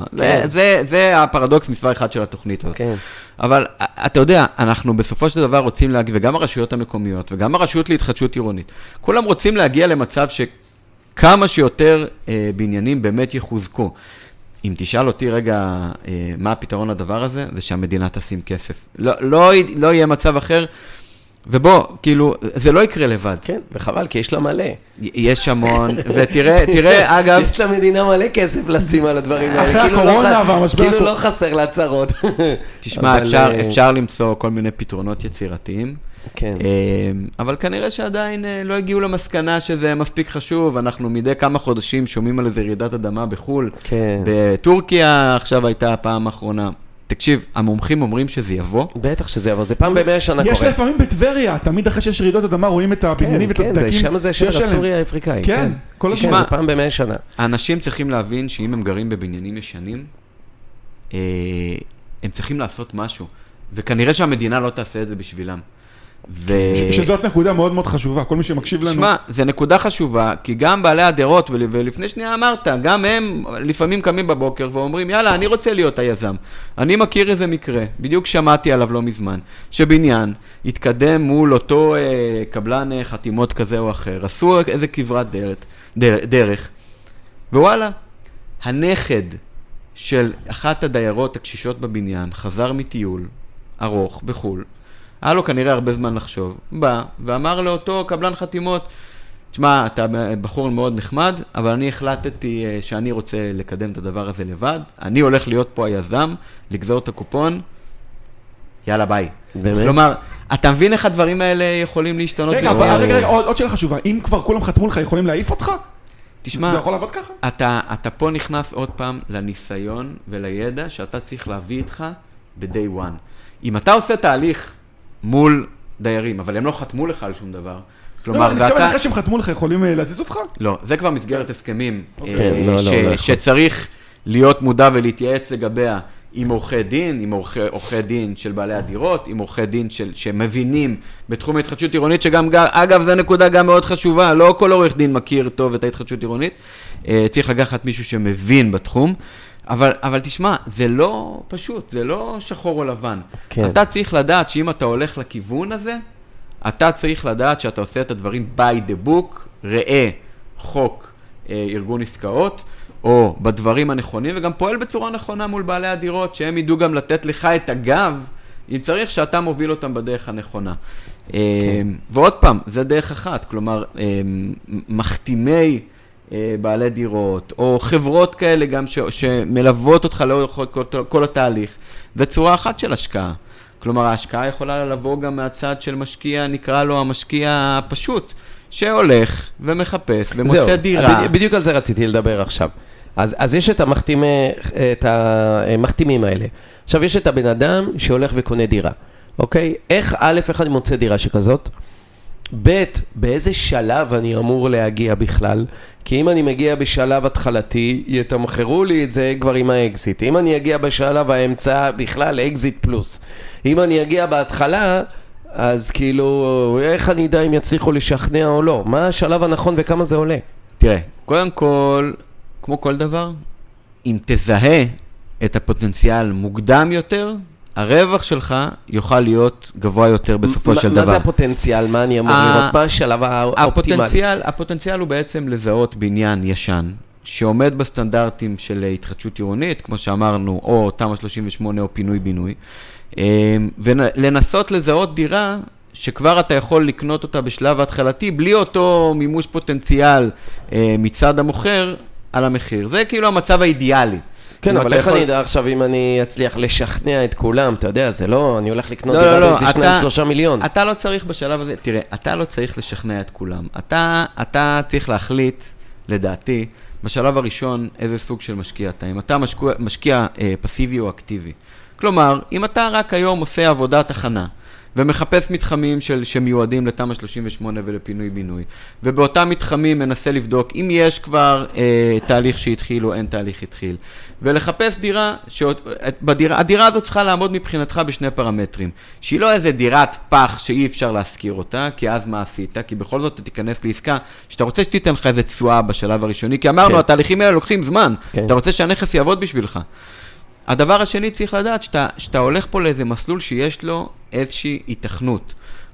זה הפרדוקס מספר אחד של התוכנית הזאת. אבל אתה יודע, אנחנו בסופו של דבר רוצים להגיע, וגם הרשויות המקומיות, וגם הרשות להתחדשות עירונית, כולם רוצים להגיע למצב שכמה שיותר בניינים באמת יחוזקו. אם תשאל אותי רגע מה הפתרון לדבר הזה, זה שהמדינה תשים כסף. לא יהיה מצב אחר, ובוא, כאילו, זה לא יקרה לבד. כן, וחבל, כי יש לה מלא. יש המון, ותראה, אגב... יש למדינה מלא כסף לשים על הדברים האלה. אחרי הקורונה והמשבר... כאילו לא חסר להצהרות. תשמע, אפשר למצוא כל מיני פתרונות יצירתיים. כן. אבל כנראה שעדיין לא הגיעו למסקנה שזה מספיק חשוב. אנחנו מדי כמה חודשים שומעים על איזה רעידת אדמה בחול. כן. בטורקיה עכשיו הייתה הפעם האחרונה. תקשיב, המומחים אומרים שזה יבוא. בטח שזה יבוא, זה פעם ב100 שנה קורה. יש לפעמים בטבריה, תמיד אחרי שיש רעידות אדמה רואים את הבניינים ואת הסדקים. כן, שם זה של הסורי האפריקאי. כן, כל הזמן. זה פעם ב100 שנה. האנשים צריכים להבין שאם הם גרים בבניינים ישנים, הם צריכים לעשות משהו. וכנראה שהמדינה לא תעשה את זה בשבילם. שזאת נקודה מאוד מאוד חשובה, כל מי שמקשיב לנו. תשמע, זה נקודה חשובה, כי גם בעלי הדירות, ולפני שנייה אמרת, גם הם לפעמים קמים בבוקר ואומרים, יאללה, אני רוצה להיות היזם. אני מכיר איזה מקרה, בדיוק שמעתי עליו לא מזמן, שבניין התקדם מול אותו קבלן חתימות כזה או אחר, עשו איזה כברת דרך, ווואלה, הנכד של אחת הדיירות הקשישות בבניין חזר מטיול ארוך בחול, היה לו כנראה הרבה זמן לחשוב, בא ואמר לאותו קבלן חתימות, תשמע, אתה בחור מאוד נחמד, אבל אני החלטתי שאני רוצה לקדם את הדבר הזה לבד, אני הולך להיות פה היזם, לגזור את הקופון, יאללה ביי. באמת? כלומר, אתה מבין איך הדברים האלה יכולים להשתנות? רגע, עוד שאלה חשובה, אם כבר כולם חתמו לך, יכולים להעיף אותך? תשמע, זה יכול לעבוד ככה? אתה פה נכנס עוד פעם לניסיון ולידע שאתה צריך להביא איתך ב-day one. אם אתה עושה תהליך מול דיירים, אבל הם לא חתמו לך על שום דבר. כלומר, אני מתכוון אחרי שהם חתמו לך, יכולים להזיז אותך? לא, זה כבר מסגרת הסכמים שצריך להיות מודע ולהתייעץ לגביה עם עורכי דין, עם עורכי דין של בעלי הדירות, עם עורכי דין שמבינים בתחום ההתחדשות עירונית, שגם, אגב, זו נקודה גם מאוד חשובה, לא כל עורך דין מכיר טוב את ההתחדשות עירונית, צריך לקחת מישהו שמבין בתחום, אבל תשמע, זה לא פשוט, זה לא שחור או לבן. כן. אתה צריך לדעת שאם אתה הולך לכיוון הזה, אתה צריך לדעת שאתה עושה את הדברים by the book, ראה חוק ארגון עסקאות, או בדברים הנכונים, וגם פועל בצורה נכונה מול בעלי הדירות, שהם ידעו גם לתת לך את הגב, אם צריך שאתה מוביל אותם בדרך הנכונה. כן. ועוד פעם, זה דרך אחת, כלומר, מחתימי בעלי דירות, או חברות כאלה גם שמלוות אותך לאורך כל התהליך, זה צורה אחת של השקעה. כלומר, ההשקעה יכולה לבוא גם מהצד של משקיע, נקרא לו המשקיע הפשוט, שהולך ומחפש ומוצא דירה. בדיוק על זה רציתי לדבר עכשיו. אז יש את המחתימים האלה. עכשיו יש את הבן אדם שהולך וקונה דירה. אוקיי? איך א' אחד מוצא דירה שכזאת? ב' באיזה שלב אני אמור להגיע בכלל? כי אם אני מגיע בשלב התחלתי, יתמחרו לי את זה כבר עם האקזיט. אם אני אגיע בשלב האמצע, בכלל אקזיט פלוס. אם אני אגיע בהתחלה, אז כאילו, איך אני יודע אם יצליחו לשכנע או לא? מה השלב הנכון וכמה זה עולה? תראה, קודם כל, כמו כל דבר, אם תזהה את הפוטנציאל מוקדם יותר, הרווח שלך יוכל להיות גבוה יותר בסופו של דבר. מה זה הפוטנציאל? מה אני אמור לראות? מה השלב האופטימלי? הפוטנציאל הוא בעצם לזהות בניין ישן, שעומד בסטנדרטים של התחדשות עירונית, כמו שאמרנו, או תמ"א 38 או פינוי-בינוי, ולנסות לזהות דירה שכבר אתה יכול לקנות אותה בשלב ההתחלתי, בלי אותו מימוש פוטנציאל מצד המוכר על המחיר. זה כאילו המצב האידיאלי. כן, אבל איך אני יודע עכשיו אם אני אצליח לשכנע את כולם, אתה יודע, זה לא, אני הולך לקנות דירה באיזה 2-3 מיליון. אתה לא צריך בשלב הזה, תראה, אתה לא צריך לשכנע את כולם. אתה צריך להחליט, לדעתי, בשלב הראשון איזה סוג של משקיע אתה. אם אתה משקיע פסיבי או אקטיבי. כלומר, אם אתה רק היום עושה עבודת הכנה, ומחפש מתחמים שמיועדים לתמ"א 38 ולפינוי בינוי, ובאותם מתחמים מנסה לבדוק אם יש כבר תהליך שהתחיל או אין תהליך התחיל, ולחפש דירה, הדירה הזאת צריכה לעמוד מבחינתך בשני פרמטרים, שהיא לא איזה דירת פח שאי אפשר להזכיר אותה, כי אז מה עשית? כי בכל זאת אתה תיכנס לעסקה, שאתה רוצה שתיתן לך איזה תשואה בשלב הראשוני, כי אמרנו, התהליכים האלה לוקחים זמן, אתה רוצה שהנכס יעבוד בשבילך. הדבר השני צריך לדעת שאתה הולך פה לאיזה מסלול שיש לו איזושהי התכנות.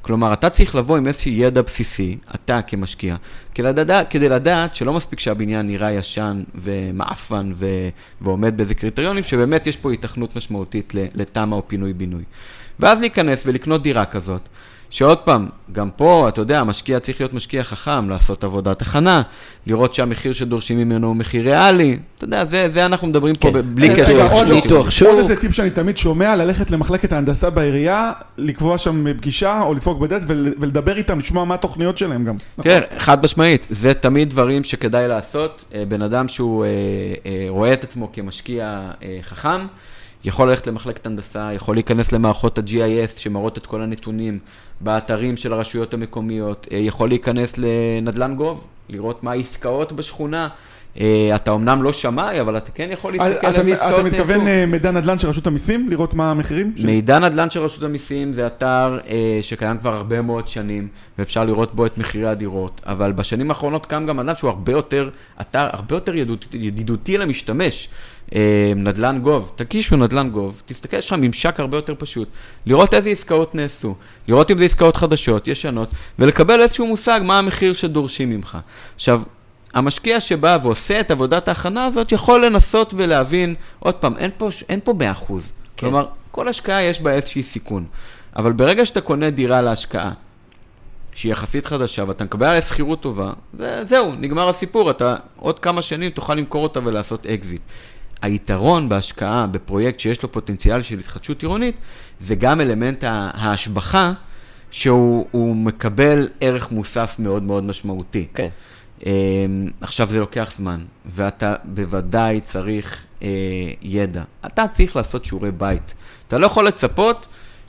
כלומר, אתה צריך לבוא עם איזושהי ידע בסיסי, אתה כמשקיע, כדי לדעת שלא מספיק שהבניין נראה ישן ומאפן ועומד באיזה קריטריונים, שבאמת יש פה היתכנות משמעותית לתמה או פינוי-בינוי. ואז להיכנס ולקנות דירה כזאת, שעוד פעם, גם פה, אתה יודע, המשקיע צריך להיות משקיע חכם, לעשות עבודת הכנה, לראות שהמחיר שדורשים ממנו הוא מחיר ריאלי, אתה יודע, זה אנחנו מדברים פה בלי קשר. עוד איזה טיפ שאני תמיד שומע, ללכת למחלקת ההנדסה בעירייה, לקבוע שם פגישה או לדפוק בדלת ולדבר איתם, לשמוע מה התוכניות שלהם גם. כן, חד משמעית, זה תמיד דברים שכדאי לעשות, בן אדם שהוא רואה את עצמו כמשקיע חכם, יכול ללכת למחלקת הנדסה, יכול להיכנס למערכות ה-GIS שמראות את כל הנתונים באתרים של הרשויות המקומיות, יכול להיכנס לנדל"ן גוב, לראות מה העסקאות בשכונה. אתה אומנם לא שמאי, אבל אתה כן יכול להסתכל על עסקאות נעשו. אתה מתכוון מידע נדל"ן של רשות המיסים, לראות מה המחירים? מידע נדל"ן של רשות המיסים זה אתר שקיים כבר הרבה מאוד שנים, ואפשר לראות בו את מחירי הדירות, אבל בשנים האחרונות קם גם נדל"ן שהוא אתר הרבה יותר ידידותי למשתמש. נדל"ן גוב, תקישו נדל"ן גוב, תסתכל, יש לך ממשק הרבה יותר פשוט, לראות איזה עסקאות נעשו, לראות אם זה עסקאות חדשות, ישנות, ולקבל איזשהו מושג מה המחיר שדורשים ממך. עכשיו, המשקיע שבא ועושה את עבודת ההכנה הזאת יכול לנסות ולהבין, עוד פעם, אין פה 100%. כן. כלומר, כל השקעה יש בה איזושהי סיכון. אבל ברגע שאתה קונה דירה להשקעה, שהיא יחסית חדשה, ואתה מקבל עליה שכירות טובה, זהו, נגמר הסיפור. אתה עוד כמה שנים תוכל למכור אותה ולעשות אקזיט. היתרון בהשקעה בפרויקט שיש לו פוטנציאל של התחדשות עירונית, זה גם אלמנט ההשבחה, שהוא מקבל ערך מוסף מאוד מאוד משמעותי. כן. עכשיו זה לוקח זמן, ואתה בוודאי צריך ידע. אתה צריך לעשות שיעורי בית. אתה לא יכול לצפות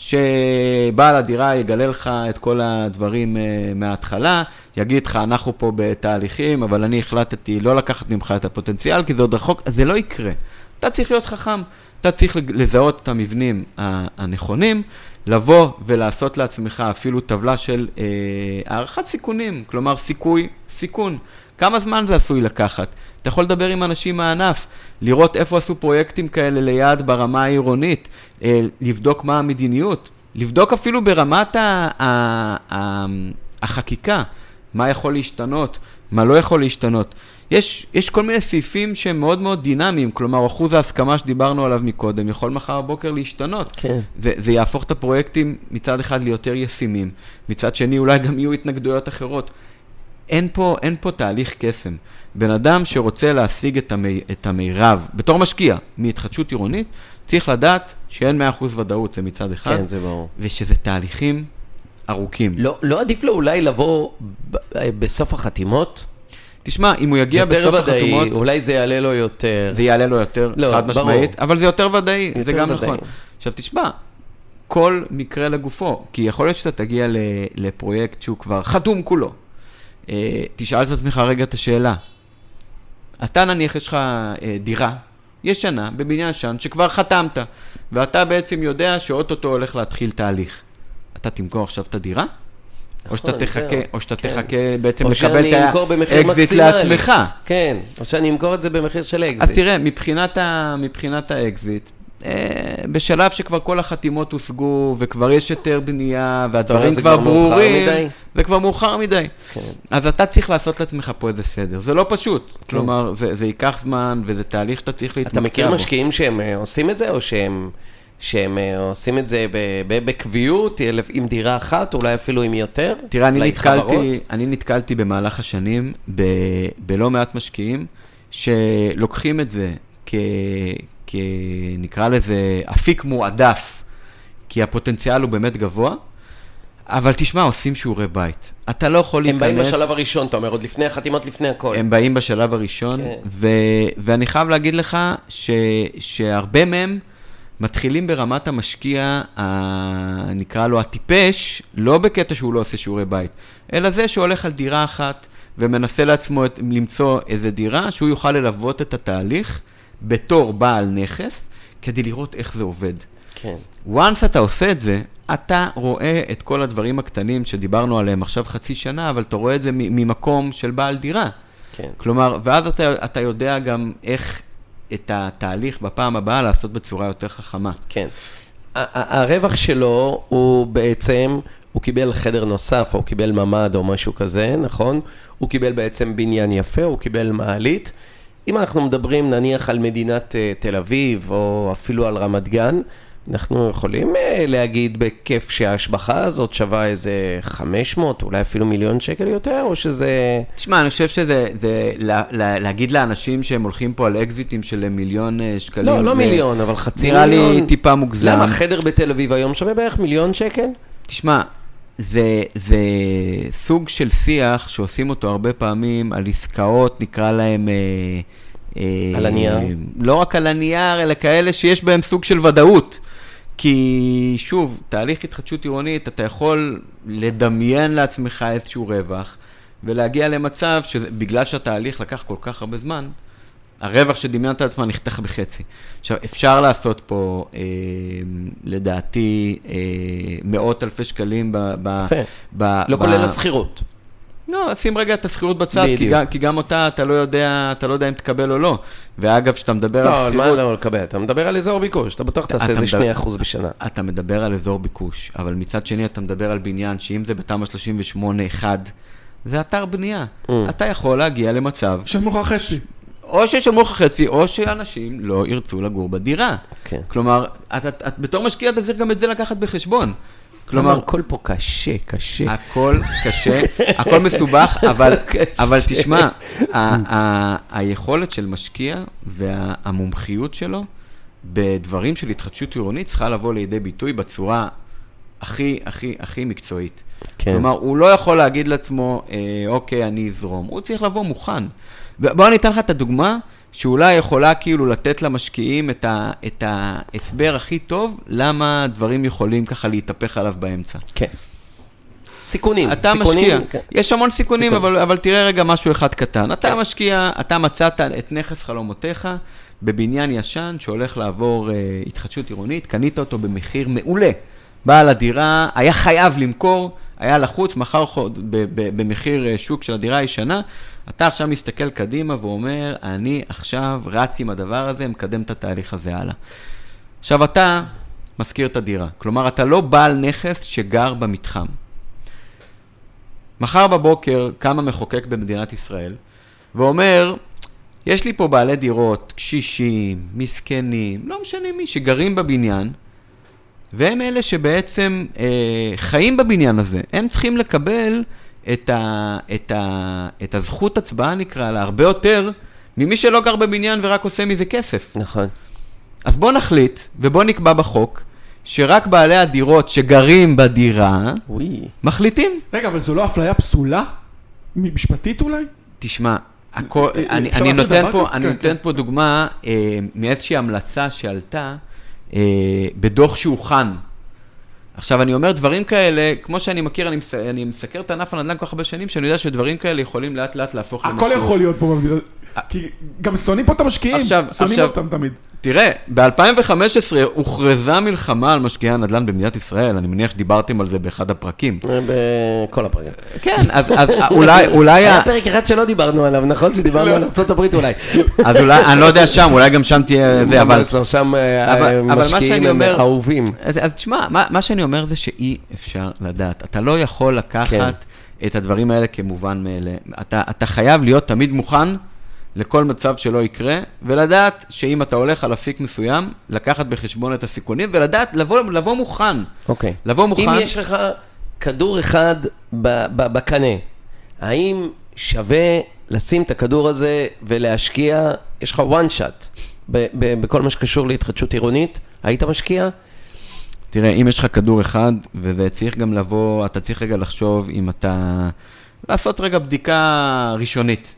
שבעל הדירה יגלה לך את כל הדברים מההתחלה, יגיד לך, אנחנו פה בתהליכים, אבל אני החלטתי לא לקחת ממך את הפוטנציאל, כי זה עוד רחוק, אז זה לא יקרה. אתה צריך להיות חכם, אתה צריך לזהות את המבנים הנכונים, לבוא ולעשות לעצמך אפילו טבלה של הערכת סיכונים, כלומר סיכוי, סיכון. כמה זמן זה עשוי לקחת? אתה יכול לדבר עם אנשים מהענף, לראות איפה עשו פרויקטים כאלה ליד ברמה העירונית, לבדוק מה המדיניות, לבדוק אפילו ברמת החקיקה, מה יכול להשתנות, מה לא יכול להשתנות. יש כל מיני סעיפים שהם מאוד מאוד דינמיים, כלומר, אחוז ההסכמה שדיברנו עליו מקודם, יכול מחר בבוקר להשתנות. כן. זה יהפוך את הפרויקטים מצד אחד ליותר ישימים, מצד שני אולי גם יהיו התנגדויות אחרות. אין פה תהליך קסם. בן אדם שרוצה להשיג את המירב, בתור משקיע, מהתחדשות עירונית, צריך לדעת שאין 100% ודאות, זה מצד אחד. כן, זה ברור. ושזה תהליכים ארוכים. לא עדיף לו אולי לבוא בסוף החתימות? תשמע, אם הוא יגיע בסוף החתומות... אולי זה יעלה לו יותר. זה יעלה לו יותר, חד משמעית, אבל זה יותר ודאי, זה גם נכון. עכשיו תשמע, כל מקרה לגופו, כי יכול להיות שאתה תגיע לפרויקט שהוא כבר חתום כולו. תשאל את עצמך רגע את השאלה. אתה נניח יש לך דירה ישנה בבניין ישן שכבר חתמת, ואתה בעצם יודע שאוטוטו הולך להתחיל תהליך. אתה תמכור עכשיו את הדירה? או שאתה תחכה בעצם לקבל את האקזיט לעצמך. כן, או שאני אמכור את זה במחיר של אקזיט. אז תראה, מבחינת האקזיט, בשלב שכבר כל החתימות הושגו, וכבר יש יותר בנייה, והדברים כבר ברורים, זה כבר מאוחר מדי. אז אתה צריך לעשות לעצמך פה איזה סדר. זה לא פשוט. כלומר, זה ייקח זמן, וזה תהליך שאתה צריך להתמקצע בו. אתה מכיר משקיעים שהם עושים את זה, או שהם עושים את זה בקביעות, עם דירה אחת, אולי אפילו עם יותר? תראה, אני נתקלתי במהלך השנים, בלא מעט משקיעים, שלוקחים את זה נקרא לזה אפיק מועדף, כי הפוטנציאל הוא באמת גבוה, אבל תשמע, עושים שיעורי בית. אתה לא יכול להיכנס... הם באים בשלב הראשון, אתה אומר, עוד לפני החתימות, לפני הכל. הם באים בשלב הראשון, ואני חייב להגיד לך שהרבה מהם מתחילים ברמת המשקיע, נקרא לו הטיפש, לא בקטע שהוא לא עושה שיעורי בית, אלא זה שהולך על דירה אחת, ומנסה לעצמו למצוא איזה דירה, שהוא יוכל ללוות את התהליך, בתור בעל נכס, כדי לראות איך זה עובד. כן. once אתה עושה את זה, אתה רואה את כל הדברים הקטנים שדיברנו עליהם עכשיו חצי שנה, אבל אתה רואה את זה ממקום של בעל דירה. כן. כלומר, ואז אתה יודע גם איך את התהליך בפעם הבאה לעשות בצורה יותר חכמה. כן. הרווח שלו הוא בעצם הוא קיבל חדר נוסף, או הוא קיבל ממד או משהו כזה, נכון? הוא קיבל בעצם בניין יפה, הוא קיבל מעלית. אם אנחנו מדברים נניח על מדינת תל אביב, או אפילו על רמת גן, אנחנו יכולים להגיד בכיף שההשבחה הזאת שווה איזה 500, אולי אפילו מיליון שקל יותר, או שזה... תשמע, אני חושב שזה להגיד לאנשים שהם הולכים פה על אקזיטים של מיליון שקלים. לא מיליון, אבל חצי מיליון. מיליון. נראה לי טיפה מוגזם. למה חדר בתל אביב היום שווה בערך מיליון שקל? תשמע, זה סוג של שיח שעושים אותו הרבה פעמים על עסקאות, נקרא להם... על הנייר? לא רק על הנייר, אלא כאלה שיש בהם סוג של ודאות. כי שוב, תהליך התחדשות עירונית, אתה יכול לדמיין לעצמך איזשהו רווח, ולהגיע למצב שבגלל שהתהליך לקח כל כך הרבה זמן, הרווח שדמיינת לעצמה נחתך בחצי. עכשיו, אפשר לעשות פה, לדעתי, מאות אלפי שקלים לא כולל הסחירות. לא, שים רגע את הסחירות בצד, כי גם אותה אתה לא יודע אם תקבל או לא. ואגב, שאתה מדבר על סחירות... לא, מה לא לקבל? אתה מדבר על אזור ביקוש, אתה בטוח תעשה איזה 2% בשנה. אתה מדבר על אזור ביקוש, אבל מצד שני אתה מדבר על בניין, שאם זה בתמ"א 38-1, זה אתר בנייה. אתה יכול להגיע למצב... ששלמו לך חצי. או שישלמו לך חצי, או שאנשים לא ירצו לגור בדירה. כלומר, בתור משקיע אתה צריך גם את זה לקחת בחשבון. כלומר, הכל פה קשה. הכל קשה, הכל מסובך, אבל תשמע, היכולת של משקיע והמומחיות שלו בדברים של התחדשות עירונית צריכה לבוא לידי ביטוי בצורה הכי מקצועית. כלומר, הוא לא יכול להגיד לעצמו, אוקיי, אני אזרום. הוא צריך לבוא מוכן. בואו אני אתן לך את הדוגמה, שאולי יכולה כאילו לתת למשקיעים את ההסבר הכי טוב, למה דברים יכולים ככה להתהפך עליו באמצע. כן. סיכונים. אתה משקיע. יש המון סיכונים, אבל תראה רגע משהו אחד קטן. אתה משקיע, אתה מצאת את נכס חלומותיך בבניין ישן שהולך לעבור התחדשות עירונית, קנית אותו במחיר מעולה. בעל הדירה היה חייב למכור, היה לחוץ, מחר במחיר שוק של הדירה הישנה, אתה עכשיו מסתכל קדימה ואומר, אני עכשיו רץ עם הדבר הזה, מקדם את התהליך הזה הלאה. עכשיו אתה מזכיר את הדירה, כלומר אתה לא בעל נכס שגר במתחם. מחר בבוקר קם המחוקק במדינת ישראל, ואומר, יש לי פה בעלי דירות, קשישים, מסכנים, לא משנה מי, שגרים בבניין, והם אלה שבעצם חיים בבניין הזה. הם צריכים לקבל את הזכות הצבעה, נקרא לה, הרבה יותר ממי שלא גר בבניין ורק עושה מזה כסף. נכון. אז בוא נחליט ובוא נקבע בחוק שרק בעלי הדירות שגרים בדירה מחליטים. רגע, אבל זו לא אפליה פסולה? משפטית אולי? תשמע, אני נותן פה דוגמה מאיזושהי המלצה שעלתה בדוח שהוכן. עכשיו אני אומר דברים כאלה, כמו שאני מכיר, אני מסקר את ענף הנדל"ן כל כך הרבה שנים, שאני יודע שדברים כאלה יכולים לאט לאט להפוך למציאות. הכל יכול להיות פה במדינה. כי גם שונאים פה את המשקיעים, שונאים אותם תמיד. תראה, ב-2015 הוכרזה מלחמה על משקיעי הנדל"ן במדינת ישראל, אני מניח שדיברתם על זה באחד הפרקים. בכל הפרקים. כן, אז אולי... היה פרק אחד שלא דיברנו עליו, נכון? שדיברנו על ארצות הברית אולי. אז אולי, אני לא יודע שם, אולי גם שם תהיה זה, אבל... שם משקיעים הם אהובים. אז תשמע, מה שאני אומר זה שאי אפשר לדעת. אתה לא יכול לקחת את הדברים האלה כמובן מאלה. אתה חייב להיות תמיד מוכן לכל מצב שלא יקרה, ולדעת שאם אתה הולך על אפיק מסוים, לקחת בחשבון את הסיכונים, ולדעת לבוא מוכן. אוקיי. לבוא מוכן. אם יש לך כדור אחד בקנה, האם שווה לשים את הכדור הזה ולהשקיע, יש לך one shot בכל מה שקשור להתחדשות עירונית, היית משקיע? תראה, אם יש לך כדור אחד, וזה צריך גם לבוא, אתה צריך רגע לחשוב אם אתה... לעשות רגע בדיקה ראשונית.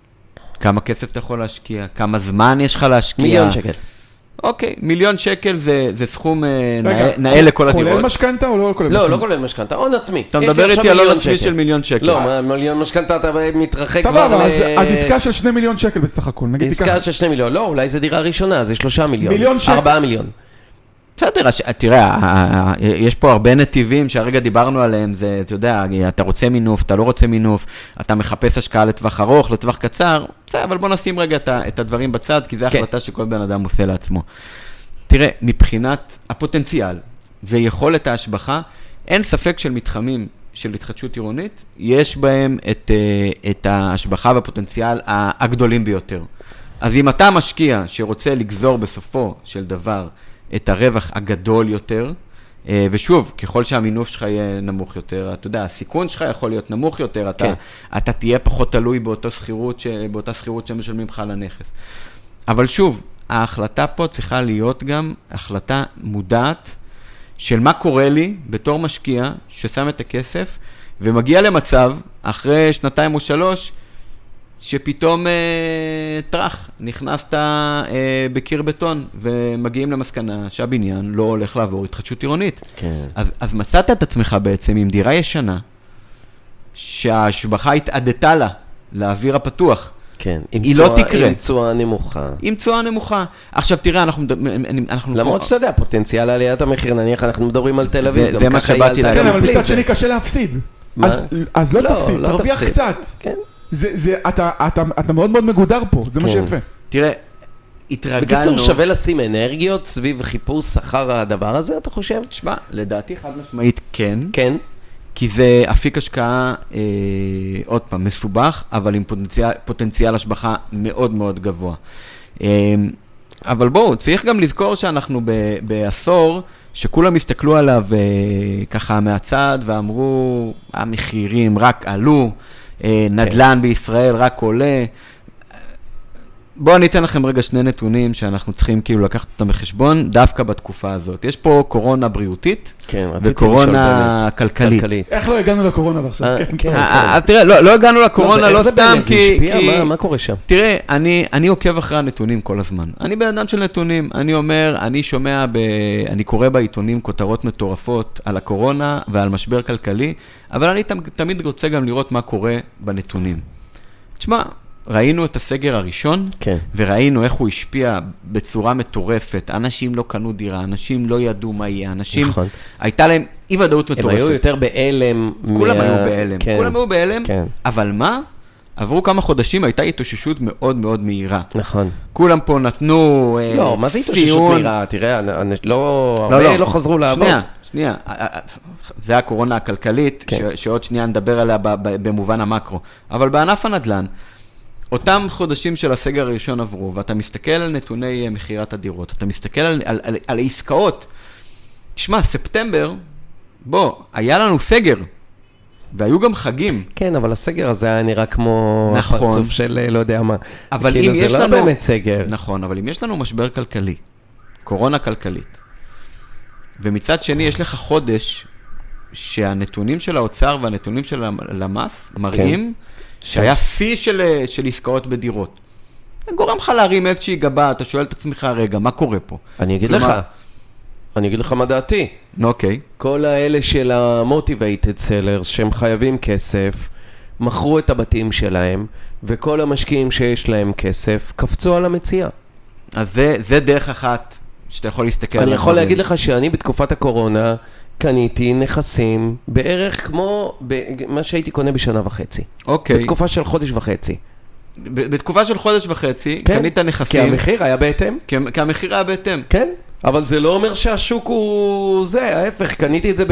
כמה כסף אתה יכול להשקיע? כמה זמן יש לך להשקיע? 1,000,000 שקל. אוקיי, 1,000,000 שקל זה סכום נאה לכל הדירות. כולל משכנתא או לא כולל משכנתא? לא כולל משכנתא, הון עצמי. אתה מדבר איתי על הון עצמי של 1,000,000 שקל. לא, מיליון משכנתא אתה מתרחק כבר... סבבה, אז עסקה של 2 מיליון שקל בסך הכל. עסקה של 2 מיליון, לא, אולי זה דירה ראשונה, זה 3 מיליון. 4 מיליון. בסדר, תראה, יש פה הרבה נתיבים שהרגע דיברנו עליהם, זה, אתה יודע, אתה רוצה מינוף, אתה לא רוצה מינוף, אתה מחפש השקעה לטווח ארוך, לטווח קצר, בסדר, אבל בוא נשים רגע את הדברים בצד, כי זו החלטה שכל בן אדם עושה לעצמו. תראה, מבחינת הפוטנציאל ויכולת ההשבחה, אין ספק של מתחמים של התחדשות עירונית, יש בהם את ההשבחה והפוטנציאל הגדולים ביותר. אז אם אתה משקיע שרוצה לגזור בסופו של דבר את הרווח הגדול יותר, ושוב, ככל שהמינוף שלך יהיה נמוך יותר, אתה יודע, הסיכון שלך יכול להיות נמוך יותר, אתה תהיה פחות תלוי באותה שכירות שמשלמים לך על הנכס. אבל שוב, ההחלטה פה צריכה להיות גם החלטה מודעת של מה קורה לי בתור משקיע ששם את הכסף, ומגיע למצב, אחרי 2 או 3, שפתאום טרח, נכנסת בקיר בטון, ומגיעים למסקנה שהבניין לא הולך לעבור התחדשות עירונית. כן. אז מצאת את עצמך בעצם עם דירה ישנה, שההשבחה התעדתה לה, לאוויר הפתוח. כן. היא לא תקרה. עם תשואה נמוכה. עם תשואה נמוכה. עכשיו תראה, אנחנו למרות שאתה יודע, פוטנציאל עליית המחיר, נניח אנחנו מדברים על תל אביב. זה מה שבאתי להגיד. כן, אבל מצד שני קשה להפסיד. אז לא תפסיד, תרוויח קצת. כן. אתה מאוד מאוד מגודר פה, זה מה שיפה. תראה, התרגלנו... בקיצור, שווה לשים אנרגיות סביב חיפוש שכר הדבר הזה, אתה חושב? תשמע, לדעתי חד משמעית כן. כן. כי זה אפיק השקעה, עוד פעם, מסובך, אבל עם פוטנציאל השבחה מאוד מאוד גבוה. אבל בואו, צריך גם לזכור שאנחנו בעשור, שכולם הסתכלו עליו ככה מהצד, ואמרו, המחירים רק עלו, נדל"ן בישראל רק עולה. בואו אני אתן לכם רגע 2 נתונים שאנחנו צריכים כאילו לקחת אותם בחשבון, דווקא בתקופה הזאת. יש פה קורונה בריאותית, וקורונה כלכלית. איך לא הגענו לקורונה עכשיו? אז תראה, לא הגענו לקורונה, לא סתם, כי... מה קורה שם? תראה, אני עוקב אחרי הנתונים כל הזמן. אני בן אדם של נתונים. אני אומר, אני שומע, אני קורא בעיתונים כותרות מטורפות על הקורונה ועל משבר כלכלי, אבל אני תמיד רוצה גם לראות מה קורה בנתונים. תשמע, ראינו את הסגר הראשון, כן. וראינו איך הוא השפיע בצורה מטורפת. אנשים לא קנו דירה, אנשים לא ידעו מה יהיה, אנשים... נכון. הייתה להם אי-ודאות מטורפת. הם היו יותר בהלם. כולם היו בהלם. כן. כולם היו בהלם, כן. אבל מה? עברו כמה חודשים, הייתה התאוששות מאוד מאוד מהירה. נכון. כולם פה נתנו לא, מה זה התאוששות מהירה? תראה, הרבה לא חזרו לעבוד. שנייה. זה הקורונה הכלכלית, כן. שעוד שנייה נדבר עליה במובן המקרו. אבל בענף הנדל"ן, אותם חודשים של הסגר הראשון עברו, ואתה מסתכל על נתוני מחירת הדירות, אתה מסתכל על העסקאות. תשמע, ספטמבר, היה לנו סגר, והיו גם חגים. כן, אבל הסגר הזה היה נראה כמו הפרצוף של לא יודע מה. אבל כאילו זה לא באמת סגר. נכון, אבל אם יש לנו משבר כלכלי, קורונה כלכלית, ומצד שני יש לך חודש שהנתונים של האוצר והנתונים של למ"ס מראים שהיה שיא של עסקאות בדירות. זה גורם לך להרים איזושהי גבה, אתה שואל את עצמך, רגע, מה קורה פה? אני אגיד לך מה דעתי. אוקיי. כל האלה של ה-motivated sellers, שהם חייבים כסף, מכרו את הבתים שלהם, וכל המשקיעים שיש להם כסף, קפצו על המציאה. אז זה דרך אחת שאתה יכול להסתכל. אני יכול להגיד לך שאני בתקופת הקורונה, קניתי נכסים בערך כמו מה שהייתי קונה בשנה וחצי. אוקיי. בתקופה של חודש וחצי. בתקופה של חודש וחצי, כן. קנית נכסים. כי המחיר היה בהתאם. כי המחיר היה בהתאם. כן. אבל זה לא אומר שהשוק הוא זה, ההפך, קניתי את זה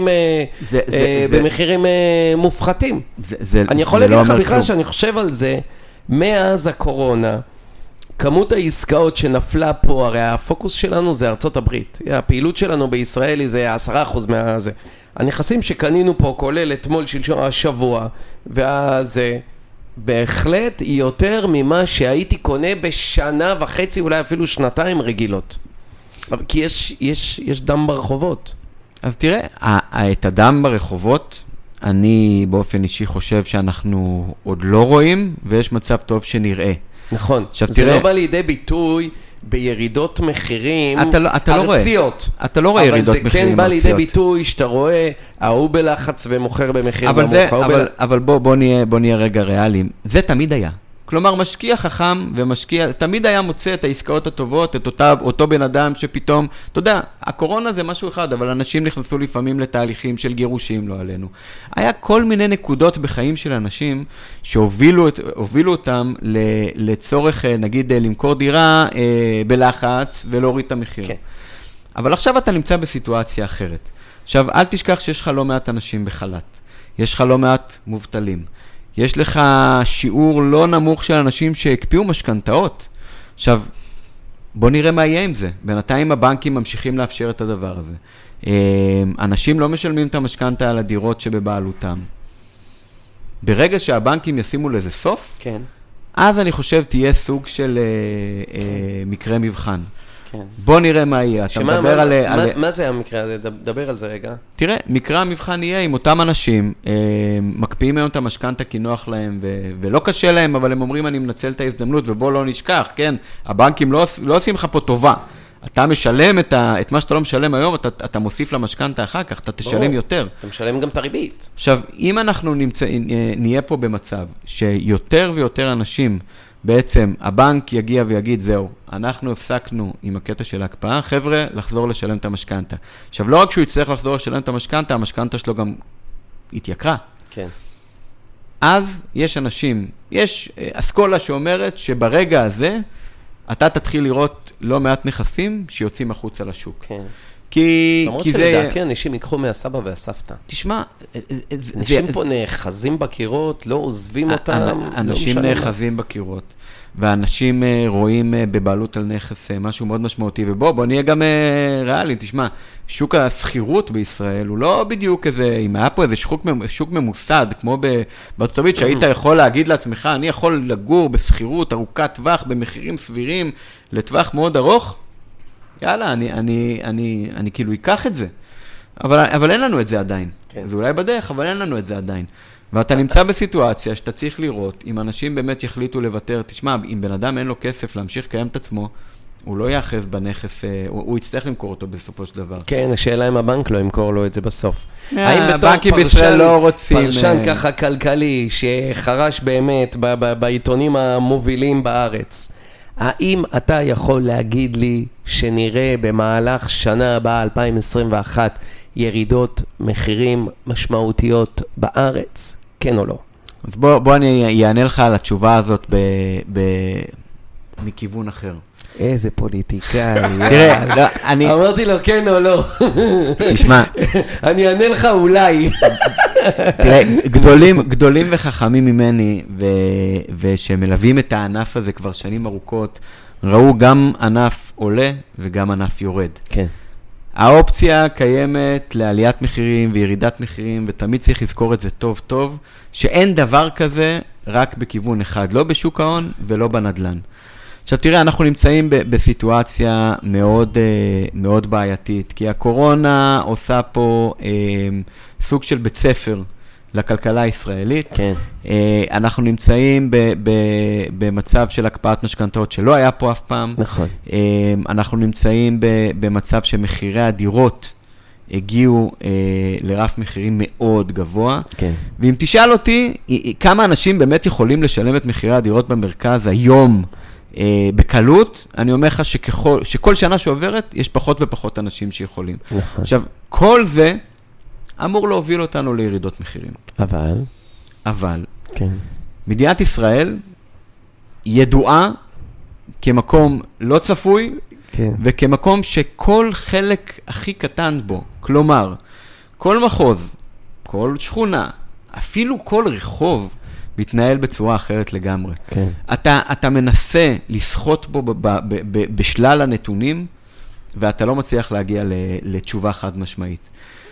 במחירים מופחתים. אני יכול להגיד לך בכלל שאני חושב על זה, מאז הקורונה, כמות העסקאות שנפלה פה, הרי הפוקוס שלנו זה ארצות הברית. הפעילות שלנו בישראל זה 10% מהזה. הנכסים שקנינו פה, כולל אתמול שלשום השבוע, ואז בהחלט יותר ממה שהייתי קונה בשנה וחצי, אולי אפילו 2 רגילות. כי יש דם ברחובות. אז תראה, את הדם ברחובות, אני באופן אישי חושב שאנחנו עוד לא רואים, ויש מצב טוב שנראה. נכון. זה לא בא לידי ביטוי בירידות מחירים ארציות. אתה לא רואה ירידות מחירים ארציות. אבל זה כן בא לידי ביטוי שאתה רואה, ההוא בלחץ ומוכר במחיר נמוך. אבל בוא נהיה רגע ריאליים. זה תמיד היה. כלומר, משקיע חכם ומשקיע, תמיד היה מוצא את העסקאות הטובות, את אותו בן אדם שפתאום, אתה יודע, הקורונה זה משהו אחד, אבל אנשים נכנסו לפעמים לתהליכים של גירושים, לא עלינו. היה כל מיני נקודות בחיים של אנשים שהובילו אותם לצורך, נגיד, למכור דירה בלחץ ולהוריד את המחיר. כן. אבל עכשיו אתה נמצא בסיטואציה אחרת. עכשיו, אל תשכח שיש לך לא מעט אנשים בחל"ת. יש לך לא מעט מובטלים. יש לך שיעור לא נמוך של אנשים שהקפיאו משכנתאות. עכשיו, בוא נראה מה יהיה עם זה. בינתיים הבנקים ממשיכים לאפשר את הדבר הזה. אנשים לא משלמים את המשכנתה על הדירות שבבעלותם. ברגע שהבנקים ישימו לזה סוף, כן. אז אני חושב תהיה סוג של מקרה מבחן. כן. בוא נראה מה יהיה. אתה מדבר על... מה זה המקרה הזה? דבר על זה רגע. תראה, מקרה המבחן יהיה עם אותם אנשים, מקפיאים היום את המשכנתה כי נוח להם, ולא קשה להם, אבל הם אומרים אני מנצל את ההזדמנות, ובוא לא נשכח, כן? הבנקים לא עושים לך פה טובה. אתה משלם את מה שאתה לא משלם היום, אתה מוסיף למשכנתה אחר כך, אתה תשלם יותר. אתה משלם גם את הריבית. עכשיו, אם אנחנו נהיה פה במצב שיותר ויותר אנשים, בעצם הבנק יגיע ויגיד, זהו, אנחנו הפסקנו עם הקטע של ההקפאה, חבר'ה, לחזור לשלם את המשכנתה. עכשיו, לא רק שהוא יצטרך לחזור לשלם את המשכנתה, המשכנתה שלו גם התייקרה. כן. אז יש אנשים, יש אסכולה שאומרת שברגע הזה, אתה תתחיל לראות לא מעט נכסים שיוצאים החוצה לשוק. כן. למרות שלדעתי אנשים ייקחו מהסבא והסבתא. תשמע, אנשים פה נאחזים בקירות, לא עוזבים אותם. אנשים נאחזים בקירות, ואנשים רואים בבעלות על נכס משהו מאוד משמעותי, ובוא נהיה גם ריאלי, תשמע, שוק הסחירות בישראל הוא לא בדיוק איזה, אם היה פה איזה שוק ממוסד, כמו בארצות הברית, שהיית יכול להגיד לעצמך, אני יכול לגור בסחירות ארוכת טווח, במחירים סבירים, לטווח מאוד ארוך, יאללה, אני כאילו אקח את זה. אבל אין לנו את זה עדיין. כן. זה אולי בדרך, אבל אין לנו את זה עדיין. ואתה נמצא בסיטואציה שאתה צריך לראות, אם אנשים באמת יחליטו לוותר, תשמע, אם בן אדם אין לו כסף להמשיך לקיים את עצמו, הוא לא יאחז בנכס, הוא יצטרך למכור אותו בסופו של דבר. כן, השאלה אם הבנק לא ימכור לו את זה בסוף. הבנקים בישראל לא רוצים... פרשן ככה כלכלי, שחרש באמת בעיתונים המובילים בארץ, האם אתה יכול להגיד לי שנראה במהלך שנה הבאה, 2021, ירידות מחירים משמעותיות בארץ? כן או לא? אז בוא אני אענה לך על התשובה הזאת מכיוון אחר. איזה פוליטיקאי. תראה, אני... אמרתי לו כן או לא. תשמע. אני אענה לך אולי. תראה, גדולים וחכמים ממני, ושמלווים את הענף הזה כבר שנים ארוכות, ראו גם ענף עולה וגם ענף יורד. כן. האופציה קיימת לעליית מחירים וירידת מחירים, ותמיד צריך לזכור את זה טוב טוב, שאין דבר כזה רק בכיוון אחד, לא בשוק ההון ולא בנדלן. עכשיו תראה, אנחנו נמצאים בסיטואציה מאוד, מאוד בעייתית, כי הקורונה עושה פה סוג של בית ספר לכלכלה הישראלית. כן. אנחנו נמצאים במצב של הקפאת משכנתאות שלא היה פה אף פעם. נכון. אנחנו נמצאים במצב שמחירי הדירות הגיעו לרף מחירים מאוד גבוה. כן. ואם תשאל אותי, כמה אנשים באמת יכולים לשלם את מחירי הדירות במרכז היום, בקלות, אני אומר לך שכל שנה שעוברת, יש פחות ופחות אנשים שיכולים. נכון. עכשיו, כל זה אמור להוביל אותנו לירידות מחירים. אבל, כן. מדינת ישראל ידועה כמקום לא צפוי, כן. וכמקום שכל חלק הכי קטן בו, כלומר, כל מחוז, כל שכונה, אפילו כל רחוב, מתנהל בצורה אחרת לגמרי. כן. אתה מנסה לשחות בו בשלל הנתונים, ואתה לא מצליח להגיע לתשובה חד משמעית.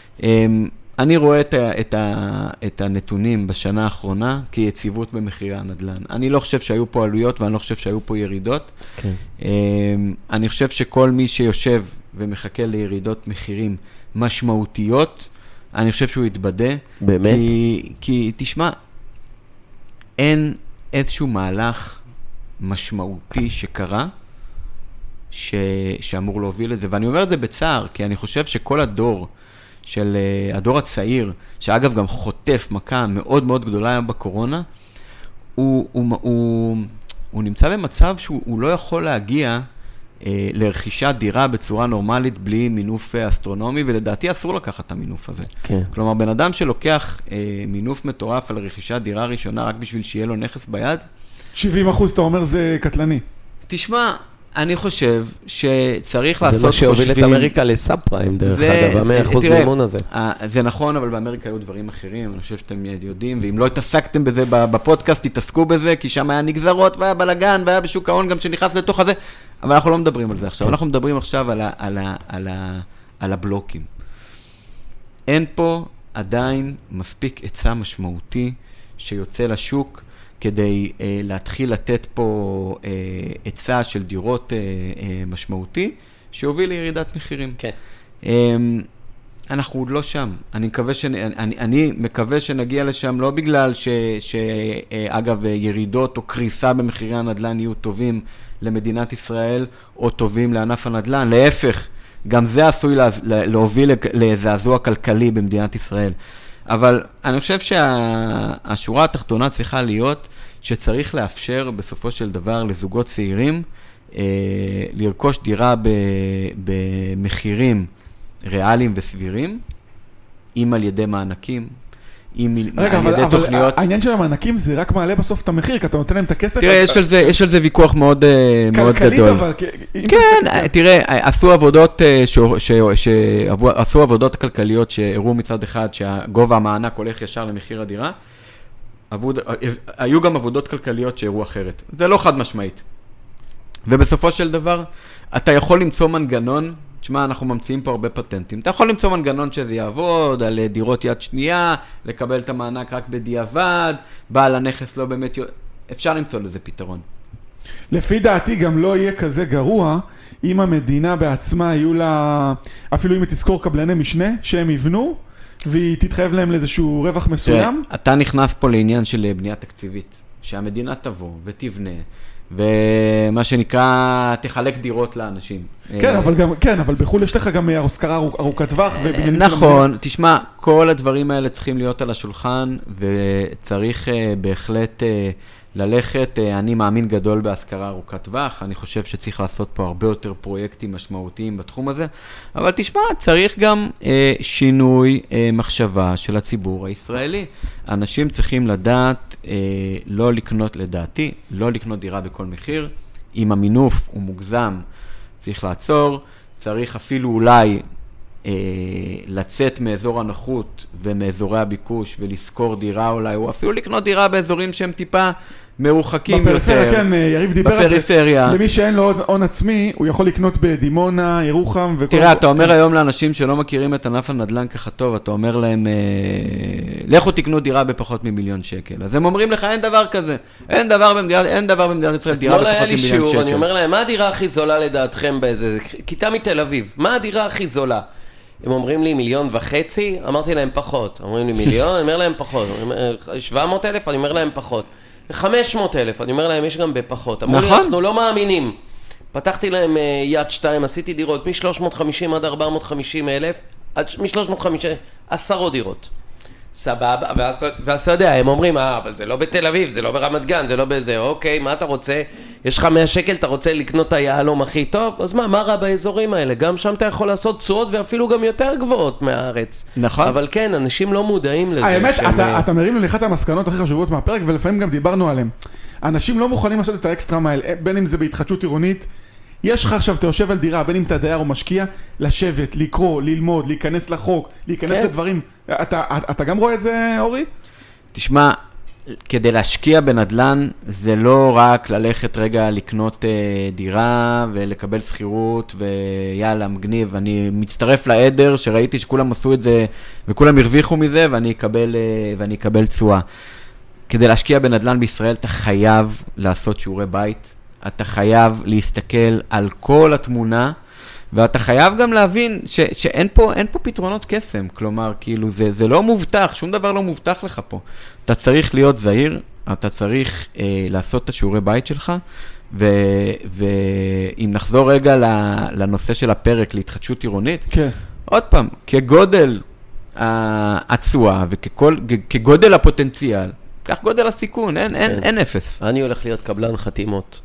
אני רואה את הנתונים בשנה האחרונה כיציבות במחירי הנדל"ן. אני לא חושב שהיו פה עלויות, ואני לא חושב שהיו פה ירידות. כן. אני חושב שכל מי שיושב ומחכה לירידות מחירים משמעותיות, אני חושב שהוא יתבדה. באמת? כי תשמע, אין איזשהו מהלך משמעותי שקרה, שאמור להוביל את זה. ואני אומר את זה בצער, כי אני חושב שכל הדור, של הדור הצעיר, שאגב גם חוטף מכה מאוד מאוד גדולה היום בקורונה, הוא נמצא במצב שהוא לא יכול להגיע לרכישת דירה בצורה נורמלית בלי מינוף אסטרונומי, ולדעתי אסור לקחת את המינוף הזה. כן. כלומר, בן אדם שלוקח מינוף מטורף על רכישת דירה ראשונה רק בשביל שיהיה לו נכס ביד, 70% אתה אומר זה קטלני. תשמע, אני חושב שצריך לעשות חושבים... זה מה שהוביל את אמריקה לסאב פריים, דרך אגב, 100% מימון הזה. זה נכון, אבל באמריקה היו דברים אחרים, אני חושב שאתם יודעים, ואם לא התעסקתם בזה בפודקאסט, תתעסקו בזה, כי שם היה נגזרות, והיה בלגן, והיה בשוק ההון גם שנכנס לתוך הזה, אבל אנחנו לא מדברים על זה עכשיו, אנחנו מדברים עכשיו על הבלוקים. אין פה עדיין מספיק היצע משמעותי שיוצא לשוק, כדי להתחיל לתת פה היצע של דירות משמעותי, שהוביל לירידת מחירים. כן. אנחנו עוד לא שם. אני מקווה שנגיע לשם, לא בגלל שאגב, ירידות או קריסה במחירי הנדל"ן יהיו טובים למדינת ישראל, או טובים לענף הנדל"ן. להפך, גם זה עשוי להוביל לזעזוע כלכלי במדינת ישראל. אבל אני חושב שהשורה התחתונה צריכה להיות שצריך לאפשר בסופו של דבר לזוגות צעירים לרכוש דירה במחירים ריאליים וסבירים, אם על ידי מענקים, אם על ידי תוכניות. אבל העניין של המענקים זה רק מעלה בסוף את המחיר, כי אתה נותן להם את הכסף. תראה, יש על זה ויכוח מאוד גדול. כלכלית אבל... כן, תראה, עשו עבודות כלכליות שהראו מצד אחד שהגובה המענק הולך ישר למחיר הדירה, היו גם עבודות כלכליות שהראו אחרת. זה לא חד משמעית. ובסופו של דבר, אתה יכול למצוא מנגנון, תשמע, אנחנו ממציאים פה הרבה פטנטים, אתה יכול למצוא מנגנון שזה יעבוד, על דירות יד שנייה, לקבל את המענק רק בדיעבד, בעל הנכס לא באמת, אפשר למצוא לזה פתרון. לפי דעתי גם לא יהיה כזה גרוע, אם המדינה בעצמה יהיו לה, אפילו אם היא תזכור קבלני משנה, שהם יבנו, והיא תתחייב להם לאיזשהו רווח מסוים. אתה נכנס פה לעניין של בנייה תקציבית, שהמדינה תבוא ותבנה, ומה שנקרא, תחלק דירות לאנשים. כן, אבל בחו"ל יש לך גם השכרה ארוכת טווח. נכון, תשמע, כל הדברים האלה צריכים להיות על השולחן, וצריך בהחלט ללכת, אני מאמין גדול בהשכרה ארוכת טווח, אני חושב שצריך לעשות פה הרבה יותר פרויקטים משמעותיים בתחום הזה, אבל תשמע, צריך גם שינוי מחשבה של הציבור הישראלי. אנשים צריכים לדעת, לא לקנות לדעתי, לא לקנות דירה בכל מחיר, אם המינוף הוא מוגזם, צריך לעצור, צריך אפילו אולי לצאת מאזור הנוחות ומאזורי הביקוש ולזכור דירה אולי, או אפילו לקנות דירה באזורים שהם טיפה מרוחקים יותר. בפריפריה, כן, יריב דיבר על זה. בפריפריה. למי שאין לו הון עצמי, הוא יכול לקנות בדימונה, ירוחם וכל... תראה, אתה אומר היום לאנשים שלא מכירים את ענף הנדל"ן ככה טוב, אתה אומר להם, לכו תקנו דירה בפחות מ1,000,000 שקל. אז הם אומרים לך, אין דבר כזה. אין דבר במדינת ישראל דירה בפחות מ1,000,000 שקל. אני אומר להם, מה הדירה הכי זולה לדעתכם באיזה... כיתה מתל אביב, מה הדירה הכי זולה? הם אומרים לי 1,500,000, אמרתי להם פחות. אומרים לי 1,000,000, אני אומר להם פחות. 700,000, אני אומר להם פחות. 500,000, אני אומר להם, יש גם בפחות. אמרו לי, אנחנו לא מאמינים. פתחתי להם יד 2, עשיתי דירות מ-350 עד 450,000, מ-350, 10 דירות. סבבה, ואז אתה יודע, הם אומרים, אבל זה לא בתל אביב, זה לא ברמת גן, זה לא בזה, אוקיי, מה אתה רוצה? יש לך 100 שקל, אתה רוצה לקנות את היהלום הכי טוב? אז מה רע באזורים האלה? גם שם אתה יכול לעשות תשואות ואפילו גם יותר גבוהות מהארץ. נכון. אבל כן, אנשים לא מודעים לזה. האמת, אתה מרים לי לאחת המסקנות הכי חשובות מהפרק, ולפעמים גם דיברנו עליהם. אנשים לא מוכנים לעשות את האקסטרה מייל, בין אם זה בהתחדשות עירונית, יש לך עכשיו, אתה יושב על דירה, בין אם אתה דייר או משקיע, לשבת, לקרוא, ללמוד, להיכנס לחוק, להיכנס לדברים. אתה גם רואה את זה, אורי? תשמע, כדי להשקיע בנדל"ן, זה לא רק ללכת רגע לקנות דירה ולקבל שכירות ויאללה, מגניב. אני מצטרף לעדר שראיתי שכולם עשו את זה וכולם הרוויחו מזה ואני אקבל תשואה. כדי להשקיע בנדל"ן בישראל, אתה חייב לעשות שיעורי בית. אתה חייב להסתכל על כל התמונה, ואתה חייב גם להבין שאין פה פתרונות קסם, כלומר, כאילו, זה לא מובטח, שום דבר לא מובטח לך פה. אתה צריך להיות זהיר, אתה צריך לעשות את השיעורי בית שלך, ואם נחזור רגע לנושא של הפרק, להתחדשות עירונית, כן. עוד פעם, כגודל התשואה וכגודל הפוטנציאל, כך גודל הסיכון, אין אפס. אני הולך להיות קבלן חתימות.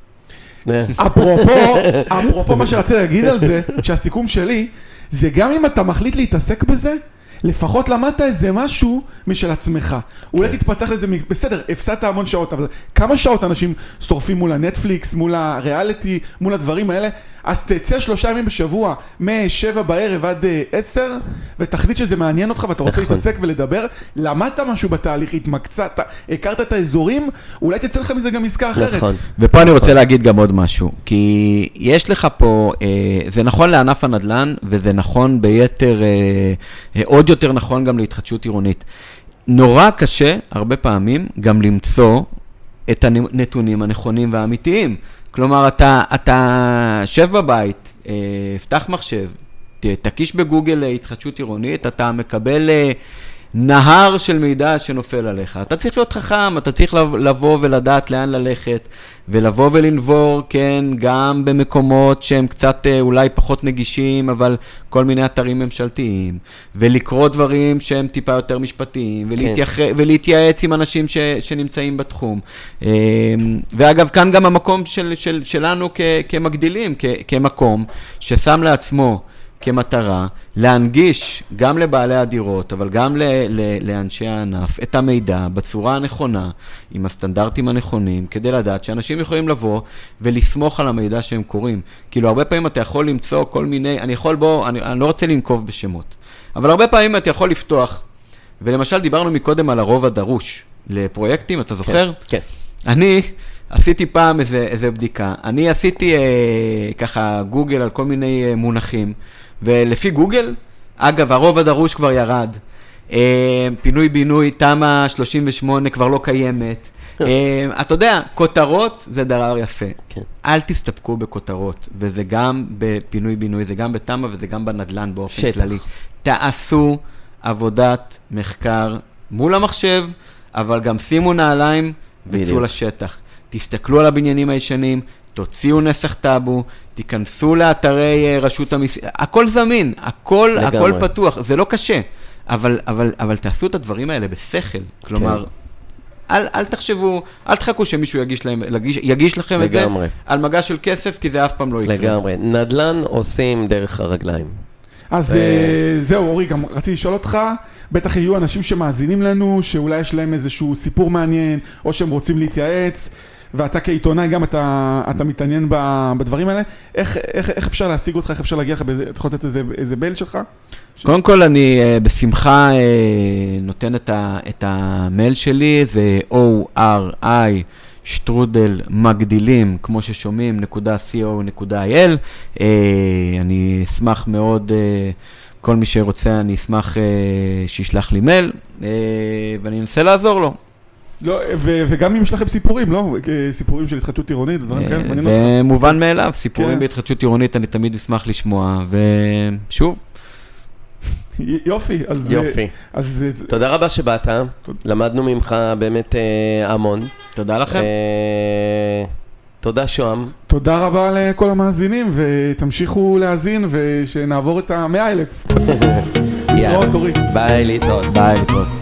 אפרופו מה שרציתי להגיד על זה, שהסיכום שלי, זה גם אם אתה מחליט להתעסק בזה, לפחות למדת איזה משהו משל עצמך. אולי תתפתח לזה, בסדר, הפסדת המון שעות, אבל כמה שעות אנשים שורפים מול הנטפליקס, מול הריאליטי, מול הדברים האלה, אז תצא 3 ימים בשבוע, מ-7 בערב עד 10, ותחליט שזה מעניין אותך, ואתה רוצה להתעסק ולדבר, למדת משהו בתהליך, התמקצעת, הכרת את האזורים, אולי תצא לך מזה גם עסקה אחרת. ופה אני רוצה להגיד גם עוד משהו, כי יש לך פה, זה נכון לענף הנדל"ן, וזה נכון ביתר, עוד יותר נכון גם להתחדשות עירונית. נורא קשה, הרבה פעמים, גם למצוא את הנתונים הנכונים והאמיתיים. כלומר, אתה שב בבית, פתח מחשב, תקיש בגוגל התחדשות עירונית, אתה מקבל נהר של מידע שנופל עליך. אתה צריך להיות חכם, אתה צריך לבוא ולדעת לאן ללכת, ולבוא ולנבור, כן, גם במקומות שהם קצת אולי פחות נגישים, אבל כל מיני אתרים ממשלתיים, ולקרוא דברים שהם טיפה יותר משפטיים, ולהתייעץ עם אנשים שנמצאים בתחום. ואגב, כאן גם המקום שלנו כמגדילים, כמקום ששם לעצמו כמטרה להנגיש גם לבעלי הדירות, אבל גם לאנשי הענף, את המידע בצורה הנכונה, עם הסטנדרטים הנכונים, כדי לדעת שאנשים יכולים לבוא ולסמוך על המידע שהם קוראים. כאילו, הרבה פעמים אתה יכול למצוא כל מיני, אני לא רוצה לנקוב בשמות, אבל הרבה פעמים אתה יכול לפתוח, ולמשל דיברנו מקודם על הרוב הדרוש לפרויקטים, אתה זוכר? כן. אני עשיתי פעם איזה בדיקה, אני עשיתי ככה גוגל על כל מיני מונחים, ולפי גוגל, אגב, הרוב הדרוש כבר ירד. פינוי בינוי, תמה 38 כבר לא קיימת. אתה יודע, כותרות זה דבר יפה. אל תסתפקו בכותרות, וזה גם בפינוי בינוי, זה גם בתמה וזה גם בנדלן באופן כללי. תעשו עבודת מחקר מול המחשב, אבל גם שימו נעליים ויצאו לשטח. תסתכלו על הבניינים הישנים, תוציאו נסח טאבו, תיכנסו לאתרי רשות המיסים, הכל זמין, הכל פתוח, זה לא קשה, אבל תעשו את הדברים האלה בשכל, כלומר, אל תחשבו, אל תחכו שמישהו יגיש לכם את זה על מגש של כסף, כי זה אף פעם לא יקרה. לגמרי, נדל"ן עושים דרך הרגליים. אז זהו, אורי, גם רציתי לשאול אותך, בטח יהיו אנשים שמאזינים לנו, שאולי יש להם איזשהו סיפור מעניין, או שהם רוצים להתייעץ, ואתה כעיתונאי גם אתה מתעניין בדברים האלה, איך אפשר להשיג אותך, איך אפשר להגיע לך, אתה יכול לתת איזה בייל שלך? קודם כל אני בשמחה נותן את המייל שלי, זה ori@מגדילים, כמו ששומעים, .co.il. אני אשמח מאוד, כל מי שרוצה אני אשמח שישלח לי מייל, ואני אנסה לעזור לו. לא, וגם אם יש לכם סיפורים, לא? סיפורים של התחדשות עירונית, דברים כאלה. זה מובן מאליו, סיפורים בהתחדשות עירונית אני תמיד אשמח לשמוע, ושוב. יופי. אז תודה רבה שבאת, למדנו ממך באמת המון. תודה לכם. תודה שוהם. תודה רבה לכל המאזינים, ותמשיכו להאזין, ושנעבור את 100,000. יאללה. ביי, להתראות.